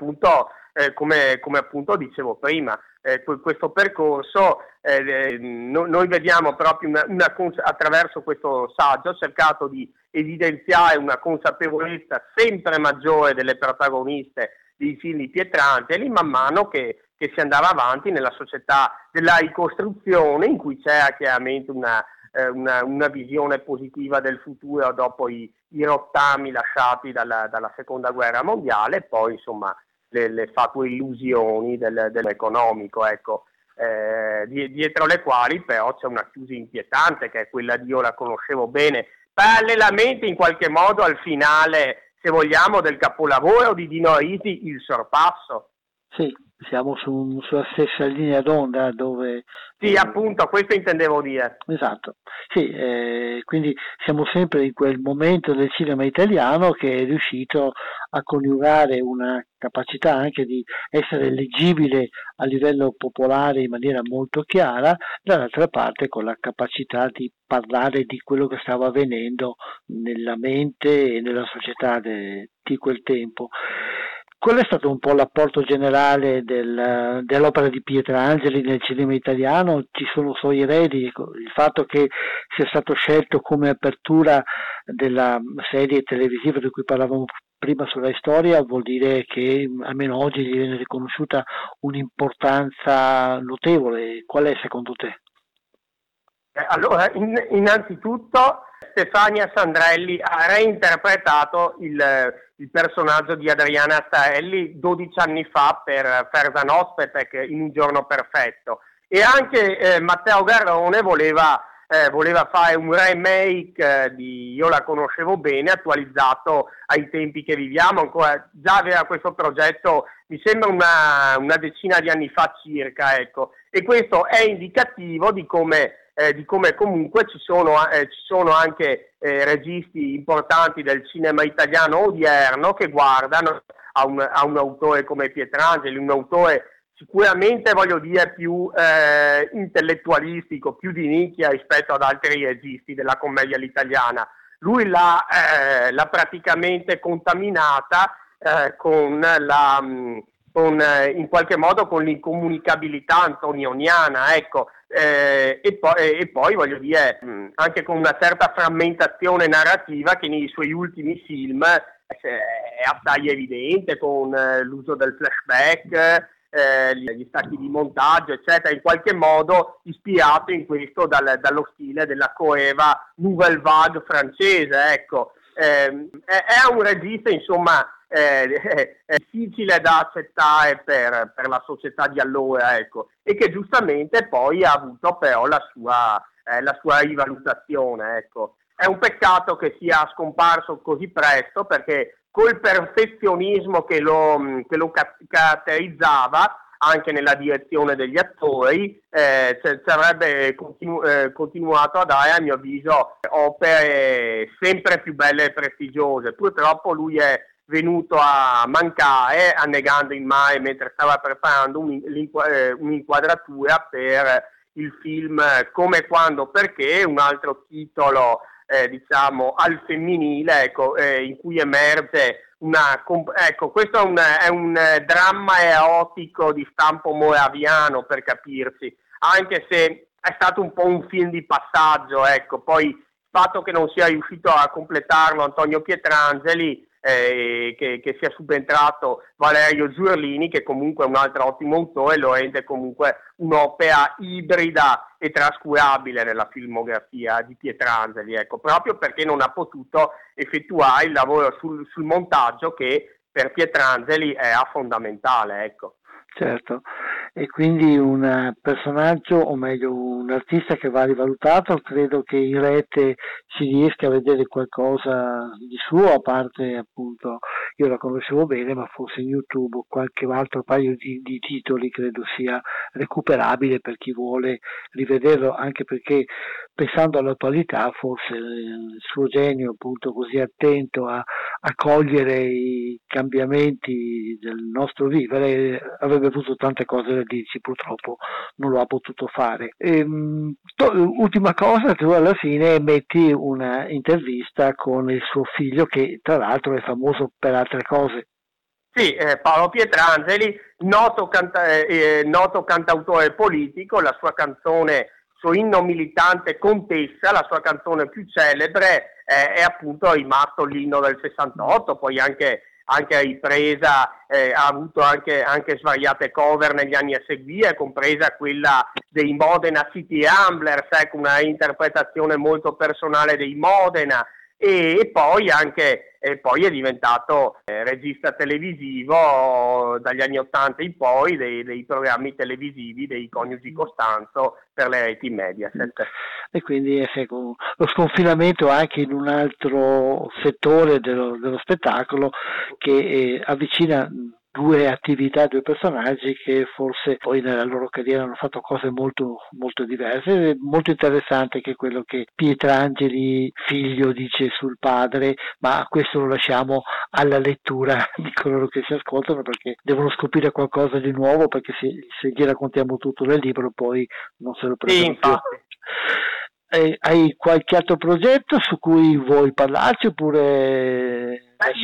appunto dicevo prima. Questo percorso noi vediamo proprio attraverso questo saggio ho cercato di evidenziare una consapevolezza sempre maggiore delle protagoniste dei film di Pietrangeli, man mano che si andava avanti nella società della ricostruzione, in cui c'era chiaramente una visione positiva del futuro dopo i rottami lasciati dalla seconda guerra mondiale, e poi insomma le fatue illusioni dell'economico, ecco, dietro le quali però c'è una chiusa inquietante, che è quella di Io la conoscevo bene, parallelamente in qualche modo al finale, se vogliamo, del capolavoro di Dino Risi, Il sorpasso. Sì, siamo sulla stessa linea d'onda dove... Sì, appunto, questo intendevo dire. Esatto, sì, quindi siamo sempre in quel momento del cinema italiano che è riuscito a coniugare una capacità anche di essere leggibile a livello popolare in maniera molto chiara, dall'altra parte con la capacità di parlare di quello che stava avvenendo nella mente e nella società di quel tempo. Qual è stato un po' l'apporto generale dell'opera di Pietrangeli nel cinema italiano? Ci sono suoi eredi, il fatto che sia stato scelto come apertura della serie televisiva di cui parlavamo prima sulla storia vuol dire che almeno oggi gli viene riconosciuta un'importanza notevole. Qual è secondo te? Allora, innanzitutto Stefania Sandrelli ha reinterpretato il personaggio di Adriana Starelli 12 anni fa per Ferzan Özpetek in Un giorno perfetto, e anche Matteo Garrone voleva fare un remake di Io la conoscevo bene, attualizzato ai tempi che viviamo. Ancora già aveva questo progetto, mi sembra una decina di anni fa circa, ecco, e questo è indicativo di come comunque ci sono anche registi importanti del cinema italiano odierno che guardano a un autore come Pietrangeli, un autore sicuramente, voglio dire, più intellettualistico, più di nicchia rispetto ad altri registi della commedia all'italiana. Lui l'ha praticamente contaminata in qualche modo con l'incomunicabilità antonioniana, ecco, e poi voglio dire anche con una certa frammentazione narrativa che nei suoi ultimi film è assai evidente, con l'uso del flashback, gli stacchi di montaggio, eccetera, in qualche modo ispirato in questo dallo stile della coeva Nouvelle Vague francese, ecco. È un regista, insomma, difficile da accettare per la società di allora, ecco, e che giustamente poi ha avuto però la sua rivalutazione, ecco. È un peccato che sia scomparso così presto, perché col perfezionismo che lo caratterizzava anche nella direzione degli attori, ci avrebbe continuato a dare, a mio avviso, opere sempre più belle e prestigiose. Purtroppo lui è venuto a mancare, annegando in mare mentre stava preparando un'inquadratura per il film Come, Quando, Perché, un altro titolo diciamo al femminile, ecco, in cui emerge questo è un dramma erotico di stampo moraviano, per capirsi, anche se è stato un po' un film di passaggio, ecco. Poi il fatto che non sia riuscito a completarlo Antonio Pietrangeli, che sia subentrato Valerio Giurlini, che comunque è un altro ottimo autore, lo rende comunque un'opera ibrida e trascurabile nella filmografia di Pietrangeli, ecco, proprio perché non ha potuto effettuare il lavoro sul montaggio, che per Pietrangeli è fondamentale, ecco. Certo, e quindi un personaggio, o meglio un artista che va rivalutato. Credo che in rete si riesca a vedere qualcosa di suo, a parte appunto, io la conoscevo bene, ma forse in YouTube qualche altro paio di titoli credo sia recuperabile per chi vuole rivederlo, anche perché pensando all'attualità forse il suo genio, appunto così attento a cogliere i cambiamenti del nostro vivere, avrebbe avuto tante cose da dirci, purtroppo non lo ha potuto fare. Ultima cosa, tu alla fine metti una intervista con il suo figlio, che tra l'altro è famoso per altre cose. Sì, Paolo Pietrangeli, noto cantautore politico. La sua canzone, suo inno militante, Contessa, la sua canzone più celebre, è appunto rimasto l'inno del 68, poi anche ripresa, ha avuto anche svariate cover negli anni a seguire, compresa quella dei Modena City Ramblers, ecco, una interpretazione molto personale dei Modena, e poi è diventato regista televisivo dagli anni 80 in poi dei programmi televisivi dei coniugi Costanzo per le reti Mediaset. E quindi lo sconfinamento anche in un altro settore dello spettacolo, che avvicina due attività, due personaggi che forse poi nella loro carriera hanno fatto cose molto, molto diverse. È molto interessante che quello che Pietrangeli figlio dice sul padre, ma questo lo lasciamo alla lettura di coloro che si ascoltano, perché devono scoprire qualcosa di nuovo, perché se gli raccontiamo tutto nel libro poi non se lo prendono più. Hai qualche altro progetto su cui vuoi parlarci, oppure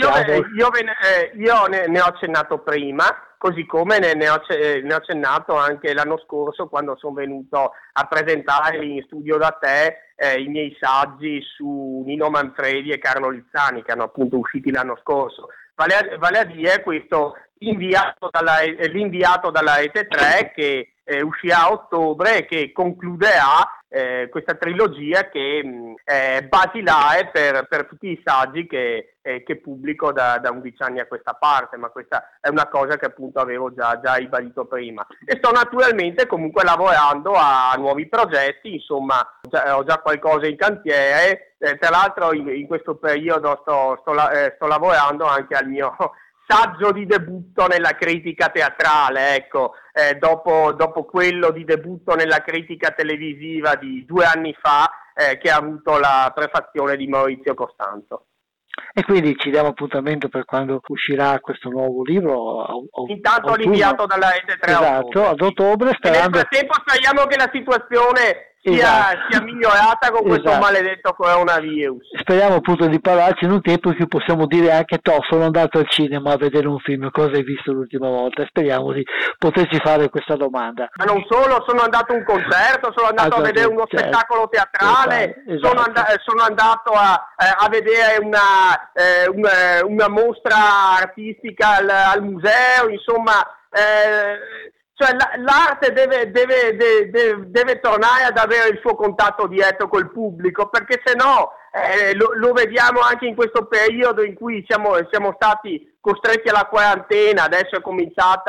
io ne ho accennato prima, così come ne ho accennato anche l'anno scorso, quando sono venuto a presentare in studio da te i miei saggi su Nino Manfredi e Carlo Lizzani, che hanno appunto usciti l'anno scorso. Vale a dire questo l'inviato dalla Rete 3, che uscirà a ottobre e che concluderà questa trilogia, che è basilare per tutti i saggi che pubblico da 11 anni a questa parte, ma questa è una cosa che appunto avevo già ribadito prima. E sto naturalmente comunque lavorando a nuovi progetti, insomma ho già qualcosa in cantiere, tra l'altro in questo periodo sto lavorando anche al mio saggio di debutto nella critica teatrale, ecco, dopo quello di debutto nella critica televisiva di 2 anni fa, che ha avuto la prefazione di Maurizio Costanzo. E quindi ci diamo appuntamento per quando uscirà questo nuovo libro. Intanto l'inviato dalla Rete 3. Esatto, ad ottobre. Sperando... Nel frattempo speriamo che la situazione sia migliorata con questo maledetto coronavirus. Speriamo appunto di parlarci in un tempo in cui possiamo dire anche sono andato al cinema a vedere un film, cosa hai visto l'ultima volta? Speriamo di poterci fare questa domanda. Ma non solo, sono andato a un concerto, sono andato a vedere uno spettacolo teatrale, esatto. Sono andato a vedere una mostra artistica al museo, insomma. Cioè l'arte deve tornare ad avere il suo contatto diretto col pubblico, perché se no lo vediamo anche in questo periodo in cui siamo stati costretti alla quarantena. Adesso è cominciata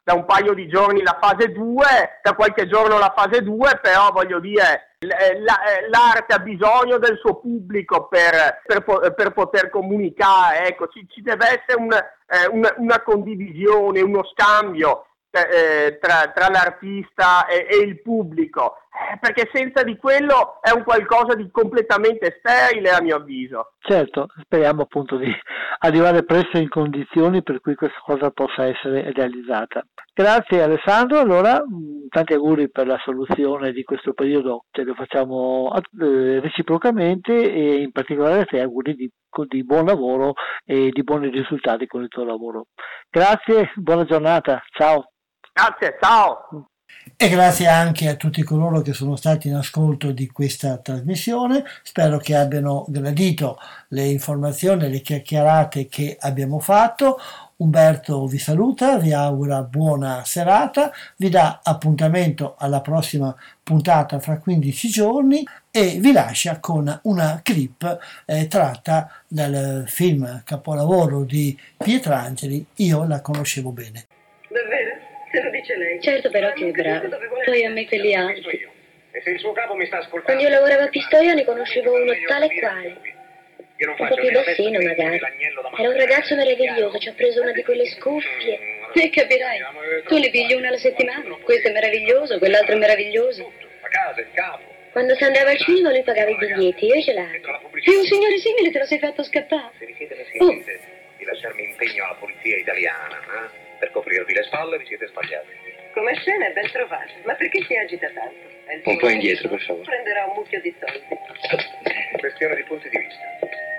da un paio di giorni la fase 2, da qualche giorno la fase 2, però voglio dire, l'arte ha bisogno del suo pubblico per poter comunicare, ecco, ci deve essere una condivisione, uno scambio tra l'artista e il pubblico, perché senza di quello è un qualcosa di completamente sterile, a mio avviso. Certo, speriamo appunto di arrivare presto in condizioni per cui questa cosa possa essere realizzata. Grazie Alessandro, allora tanti auguri per la soluzione di questo periodo, te lo facciamo reciprocamente, e in particolare a te auguri di buon lavoro e di buoni risultati con il tuo lavoro. Grazie, buona giornata, ciao. Grazie, ciao. E grazie anche a tutti coloro che sono stati in ascolto di questa trasmissione. Spero che abbiano gradito le informazioni e le chiacchierate che abbiamo fatto. Umberto vi saluta, vi augura buona serata, vi dà appuntamento alla prossima puntata fra 15 giorni e vi lascia con una clip tratta dal film capolavoro di Pietrangeli, Io la conoscevo bene. Davvero? Se lo dice lei. Certo, però che è bravo. Poi a me quelli alti. E se il suo capo mi sta ascoltando... Quando io lavoravo a Pistoia ne conoscevo uno tale e quale. Un po' più bassino magari. Era un ragazzo meraviglioso, ci ha preso una di quelle scuffie. E capirai, tu ne pigli una alla settimana. Questo è meraviglioso, quell'altro è meraviglioso. La casa, il capo. Quando si andava al cinema lui pagava i biglietti, io i gelati. E un signore simile te lo sei fatto scappare. Se vi siete messi in mente di lasciarmi impegno alla polizia italiana, per coprirvi le spalle, vi siete sbagliati. Come scena è ben trovata. Ma perché si agita tanto? Un po' indietro, per favore. Prenderà un mucchio di soldi. Questione di punti di vista.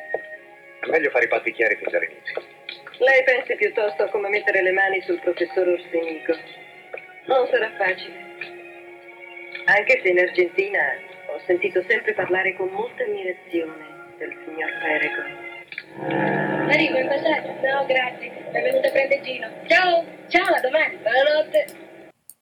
È meglio fare i patti chiari fin dall'inizio. Lei pensi piuttosto a come mettere le mani sul professor Orsenico. Non sarà facile. Anche se in Argentina ho sentito sempre parlare con molta ammirazione del signor Perego. Arrivo in passaggio? No, grazie. È venuta a prendere Gino. Ciao, ciao, a domani. Buonanotte.